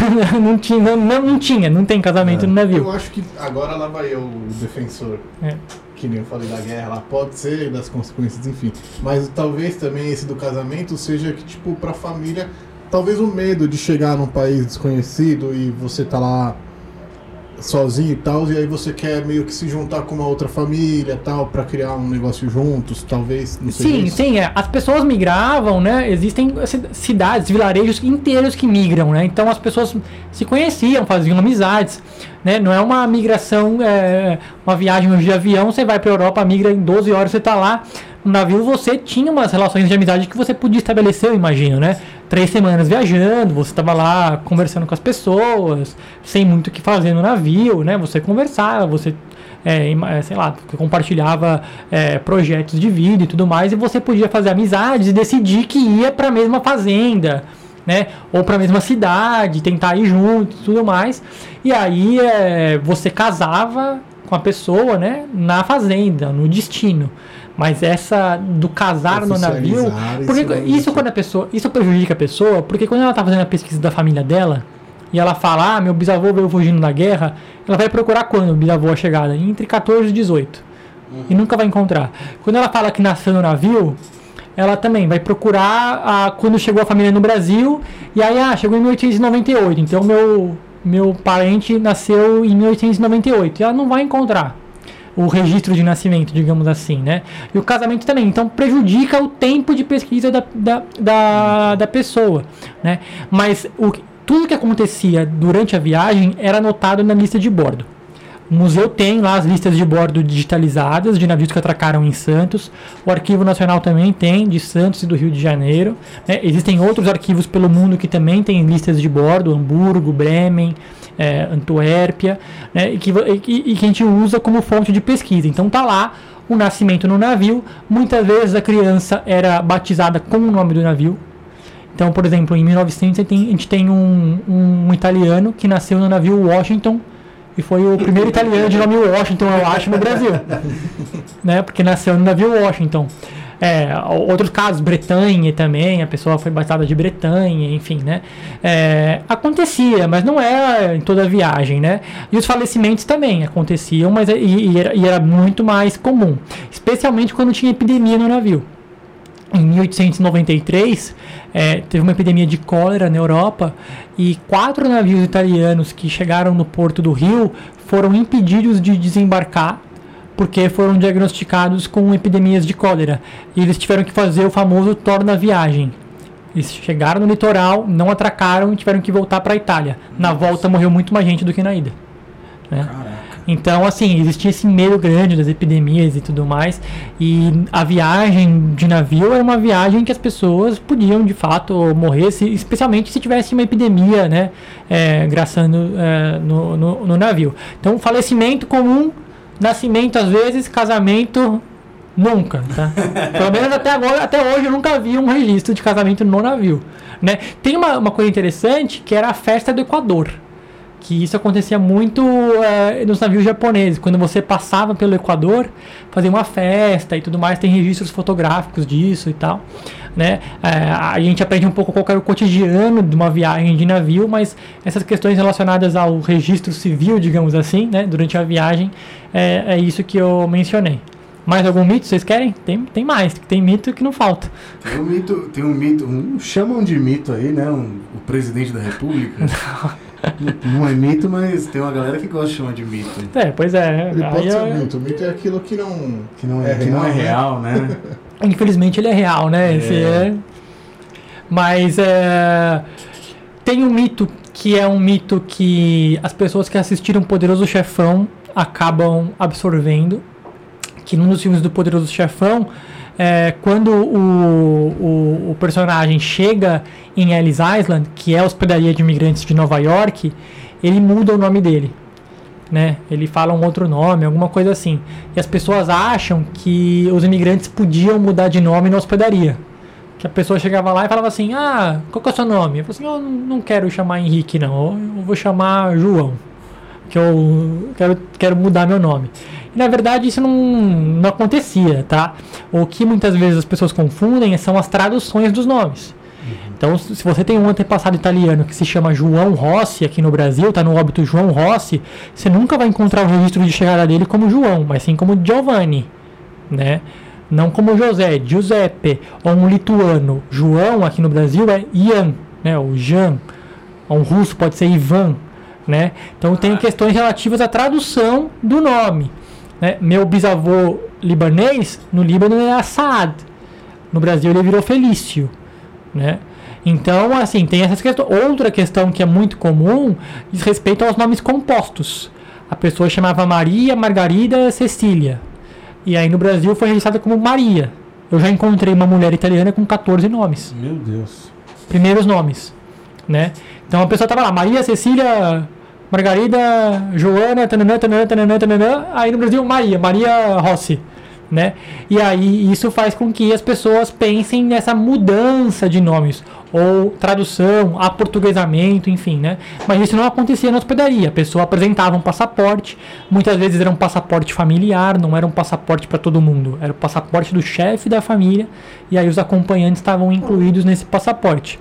não tem casamento no navio. Eu acho que agora lá vai eu, o defensor. Que nem eu falei da guerra, lá pode ser, das consequências, enfim. Mas talvez também esse do casamento seja que, tipo, pra família, talvez o medo de chegar num país desconhecido e você tá lá sozinho e tal, e aí você quer meio que se juntar com uma outra família e tal, pra criar um negócio juntos, talvez, não sei. Sim, as pessoas migravam, né? Existem cidades, vilarejos inteiros que migram, né? Então as pessoas se conheciam, faziam amizades, né? Não é uma migração, uma viagem de avião, você vai pra Europa, migra em 12 horas, você tá lá. No navio você tinha umas relações de amizade que você podia estabelecer, eu imagino, né? 3 semanas viajando, você estava lá conversando com as pessoas, sem muito o que fazer no navio, né? Você conversava, você, sei lá, compartilhava projetos de vida e tudo mais, e você podia fazer amizades e decidir que ia para a mesma fazenda, né? Ou para a mesma cidade, tentar ir junto e tudo mais. E aí você casava com a pessoa, né? Na fazenda, no destino. Mas essa do casar no navio, porque isso prejudica a pessoa, porque quando ela está fazendo a pesquisa da família dela e ela fala, meu bisavô veio fugindo da guerra, ela vai procurar quando o bisavô a chegada? Entre 14 e 18. E nunca vai encontrar. Quando ela fala que nasceu no navio, ela também vai procurar quando chegou a família no Brasil, e aí chegou em 1898, então meu parente nasceu em 1898, e ela não vai encontrar o registro de nascimento, digamos assim, né? E o casamento também, então prejudica o tempo de pesquisa da pessoa, né? Mas tudo que acontecia durante a viagem era anotado na lista de bordo. O museu tem lá as listas de bordo digitalizadas de navios que atracaram em Santos. O Arquivo Nacional também tem, de Santos e do Rio de Janeiro, né? Existem outros arquivos pelo mundo que também têm listas de bordo, Hamburgo, Bremen, Antuérpia, né? e que a gente usa como fonte de pesquisa. Então tá lá o nascimento no navio. Muitas vezes a criança era batizada com o nome do navio. Então, por exemplo, em 1900 a gente tem um italiano que nasceu no navio Washington, e foi o primeiro italiano de nome Washington, eu acho, no Brasil. Né? Porque nasceu no navio Washington. Outros casos, Bretanha também, a pessoa foi batizada de Bretanha, enfim, né? Acontecia, mas não era em toda a viagem, né? E os falecimentos também aconteciam, mas era muito mais comum, especialmente quando tinha epidemia no navio. Em 1893, teve uma epidemia de cólera na Europa e 4 navios italianos que chegaram no porto do Rio foram impedidos de desembarcar porque foram diagnosticados com epidemias de cólera. E eles tiveram que fazer o famoso torna-viagem. Eles chegaram no litoral, não atracaram e tiveram que voltar para a Itália. Na volta morreu muito mais gente do que na ida. Né? Então, assim, existia esse medo grande das epidemias e tudo mais. E a viagem de navio era uma viagem que as pessoas podiam, de fato, morrer, especialmente se tivesse uma epidemia, né, graçando no navio. Então, falecimento comum, nascimento às vezes, casamento nunca, tá? Pelo menos até hoje eu nunca vi um registro de casamento no navio, né? Tem uma coisa interessante que era a festa do Equador, que isso acontecia muito nos navios japoneses. Quando você passava pelo Equador, fazia uma festa e tudo mais, tem registros fotográficos disso e tal, né? A gente aprende um pouco qual era o cotidiano de uma viagem de navio, mas essas questões relacionadas ao registro civil, digamos assim, né, durante a viagem, é isso que eu mencionei. Mais algum mito vocês querem? Tem mais, tem mito que não falta. Tem um mito, chamam de mito aí, né? O presidente da República. Não é mito, mas tem uma galera que gosta de chamar de mito. Pois é. Ele pode ser mito. O mito é aquilo que não é real, né? Infelizmente ele é real, né? Mas tem um mito que é um mito que as pessoas que assistiram Poderoso Chefão acabam absorvendo, que num dos filmes do Poderoso Chefão, quando o personagem chega em Ellis Island, que é a hospedaria de imigrantes de Nova York, ele muda o nome dele, né? Ele fala um outro nome, alguma coisa assim. E as pessoas acham que os imigrantes podiam mudar de nome na hospedaria. Que a pessoa chegava lá e falava assim, qual que é o seu nome? Eu falei assim, eu não quero chamar Henrique não, eu vou chamar João. que eu quero mudar meu nome. E, na verdade, isso não acontecia, tá? O que muitas vezes as pessoas confundem são as traduções dos nomes. Então, se você tem um antepassado italiano que se chama João Rossi aqui no Brasil, tá no óbito João Rossi, você nunca vai encontrar o registro de chegada dele como João, mas sim como Giovanni, né? Não como José, Giuseppe, ou um lituano. João aqui no Brasil é Ian, né? Ou Jean. Ou um russo pode ser Ivan, né? Então tem questões relativas à tradução do nome, né? Meu bisavô libanês, no Líbano era Saad. No Brasil ele virou Felício, né? Então, assim, tem essas questões. Outra questão que é muito comum diz respeito aos nomes compostos. A pessoa chamava Maria, Margarida, Cecília. E aí no Brasil foi registrada como Maria. Eu já encontrei uma mulher italiana com 14 nomes. Meu Deus. Primeiros nomes, né? Então a pessoa tava lá, Maria, Cecília, Margarida, Joana, tananã, tananã, tananã, tananã. Aí no Brasil, Maria Rossi, né? E aí isso faz com que as pessoas pensem nessa mudança de nomes, ou tradução, aportuguesamento, enfim, né? Mas isso não acontecia na hospedaria. A pessoa apresentava um passaporte, muitas vezes era um passaporte familiar, não era um passaporte para todo mundo, era o passaporte do chefe da família, e aí os acompanhantes estavam incluídos nesse passaporte.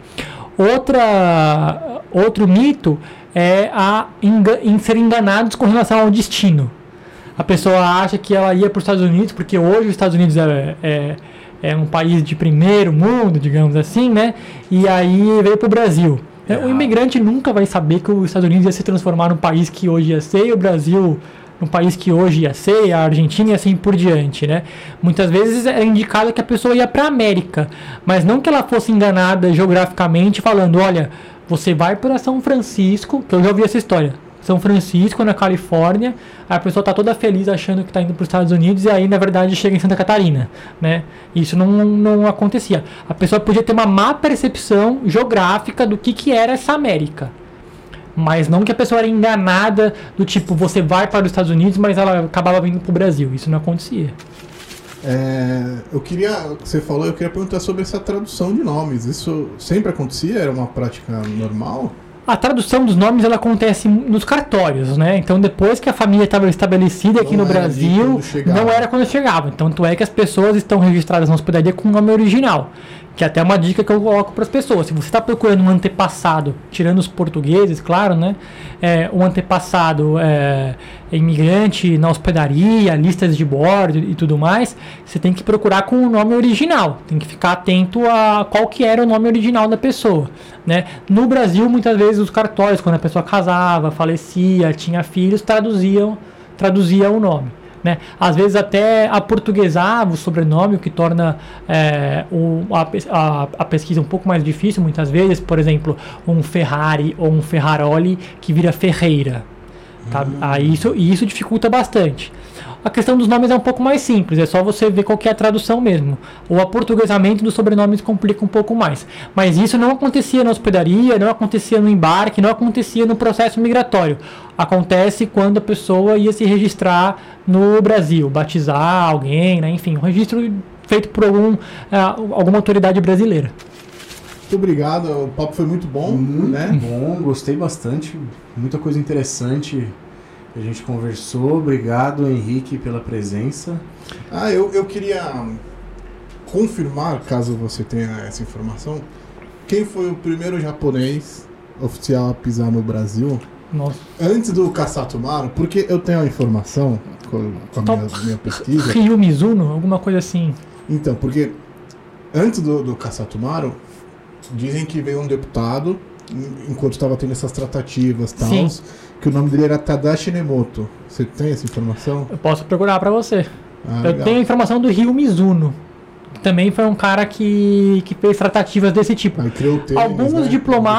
Outro mito é em ser enganados com relação ao destino. A pessoa acha que ela ia para os Estados Unidos, porque hoje os Estados Unidos é um país de primeiro mundo, digamos assim, né? E aí veio para o Brasil. O imigrante nunca vai saber que os Estados Unidos ia se transformar num país que hoje ia ser, e o Brasil num país que hoje ia ser, a Argentina e assim por diante, né? Muitas vezes é indicado que a pessoa ia para a América, mas não que ela fosse enganada geograficamente falando, olha, você vai para São Francisco, que eu já ouvi essa história. São Francisco, na Califórnia, a pessoa está toda feliz achando que está indo para os Estados Unidos e aí, na verdade, chega em Santa Catarina, né? Isso não acontecia. A pessoa podia ter uma má percepção geográfica do que era essa América. Mas não que a pessoa era enganada do tipo, você vai para os Estados Unidos, mas ela acabava vindo para o Brasil. Isso não acontecia. Você falou, eu queria perguntar sobre essa tradução de nomes. Isso sempre acontecia? Era uma prática normal? A tradução dos nomes ela acontece nos cartórios, né? Então depois que a família estava estabelecida aqui no Brasil, não era quando chegava. Então tanto é que as pessoas estão registradas na hospedaria com o nome original. Que é até uma dica que eu coloco para as pessoas. Se você está procurando um antepassado, tirando os portugueses, claro, né? Um antepassado imigrante na hospedaria, listas de bordo e tudo mais, você tem que procurar com o nome original. Tem que ficar atento a qual que era o nome original da pessoa, né? No Brasil, muitas vezes, os cartórios, quando a pessoa casava, falecia, tinha filhos, traduzia o nome. Né? Às vezes até aportuguesava o sobrenome, o que torna a pesquisa um pouco mais difícil muitas vezes. Por exemplo, um Ferrari ou um Ferraroli que vira Ferreira, tá? Aí isso dificulta bastante. A questão dos nomes é um pouco mais simples, é só você ver qual que é a tradução mesmo. O aportuguesamento dos sobrenomes complica um pouco mais. Mas isso não acontecia na hospedaria, não acontecia no embarque, não acontecia no processo migratório. Acontece quando a pessoa ia se registrar no Brasil, batizar alguém, né? Enfim, um registro feito por alguma autoridade brasileira. Muito obrigado, o papo foi muito bom, né? Bom, gostei bastante, muita coisa interessante. A gente conversou. Obrigado, Henrique, pela presença. Eu queria confirmar, caso você tenha essa informação, quem foi o primeiro japonês oficial a pisar no Brasil? Nossa. Antes do Kasato Maru, porque eu tenho a informação com a minha pesquisa. Ryu Mizuno, alguma coisa assim. Então, porque antes do Kasato Maru, dizem que veio um deputado, enquanto estava tendo essas tratativas e tal, que o nome dele era Tadashi Nemoto. Você tem essa informação? Eu posso procurar para você. Eu legal. tenho a informação do Ryu Mizuno, que também foi um cara que fez tratativas desse tipo. Alguns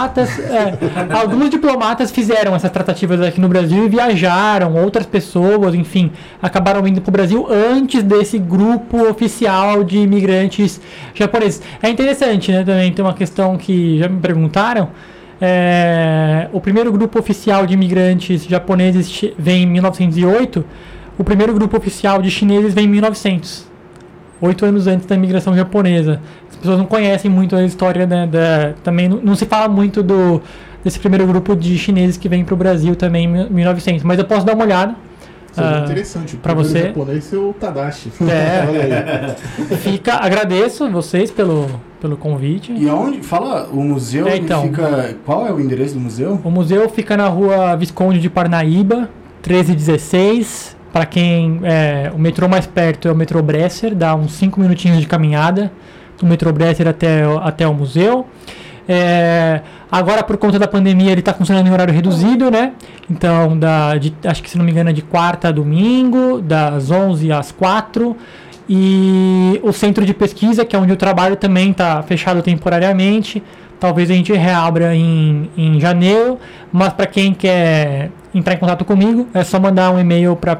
diplomatas fizeram essas tratativas aqui no Brasil e viajaram. Outras pessoas, enfim, acabaram vindo para o Brasil antes desse grupo oficial de imigrantes japoneses. É interessante, né? Também tem uma questão que já me perguntaram. O primeiro grupo oficial de imigrantes japoneses vem em 1908. O primeiro grupo oficial de chineses vem em 1900. 8 anos antes da imigração japonesa. pessoas não conhecem muito a história, né, também não se fala muito desse primeiro grupo de chineses que vem para o Brasil também em 1900, mas eu posso dar uma olhada. Seria interessante. Para você. Japonês é o Tadashi. Agradeço vocês pelo convite. E aonde? Fala, o museu então, fica... Qual é o endereço do museu? O museu fica na rua Visconde de Parnaíba, 1316. Para quem... o metrô mais perto é o metrô Bresser, dá uns 5 minutinhos de caminhada do metrô Bresser até o museu. Agora, por conta da pandemia, ele está funcionando em horário reduzido, né? Então, acho que, se não me engano, é de quarta a domingo, das 11 às 4. E o centro de pesquisa, que é onde eu trabalho, também está fechado temporariamente. Talvez a gente reabra em janeiro. Mas para quem quer entrar em contato comigo, é só mandar um e-mail para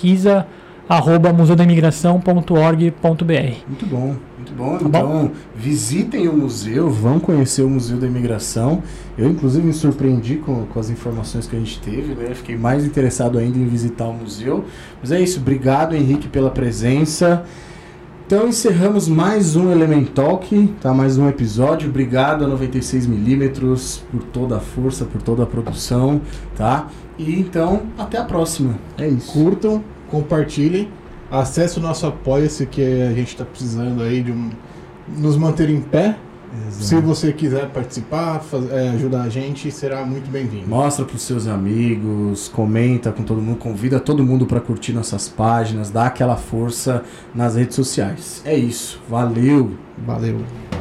pesquisa@museudaimigração.org.br. Muito bom. Muito bom. Então, visitem o museu, vão conhecer o Museu da Imigração. Eu, inclusive, me surpreendi com as informações que a gente teve, né? Fiquei mais interessado ainda em visitar o museu. Mas é isso. Obrigado, Henrique, pela presença. Então, encerramos mais um Element Talk, tá? Mais um episódio. Obrigado a 96mm por toda a força, por toda a produção, tá? E, então, até a próxima. É isso. Curtam, compartilhem. Acesse o nosso Apoia-se, que a gente está precisando aí de nos manter em pé. Exato. Se você quiser participar, ajudar a gente, será muito bem-vindo. Mostra para os seus amigos, comenta com todo mundo, convida todo mundo para curtir nossas páginas, dá aquela força nas redes sociais. É isso. Valeu! Valeu!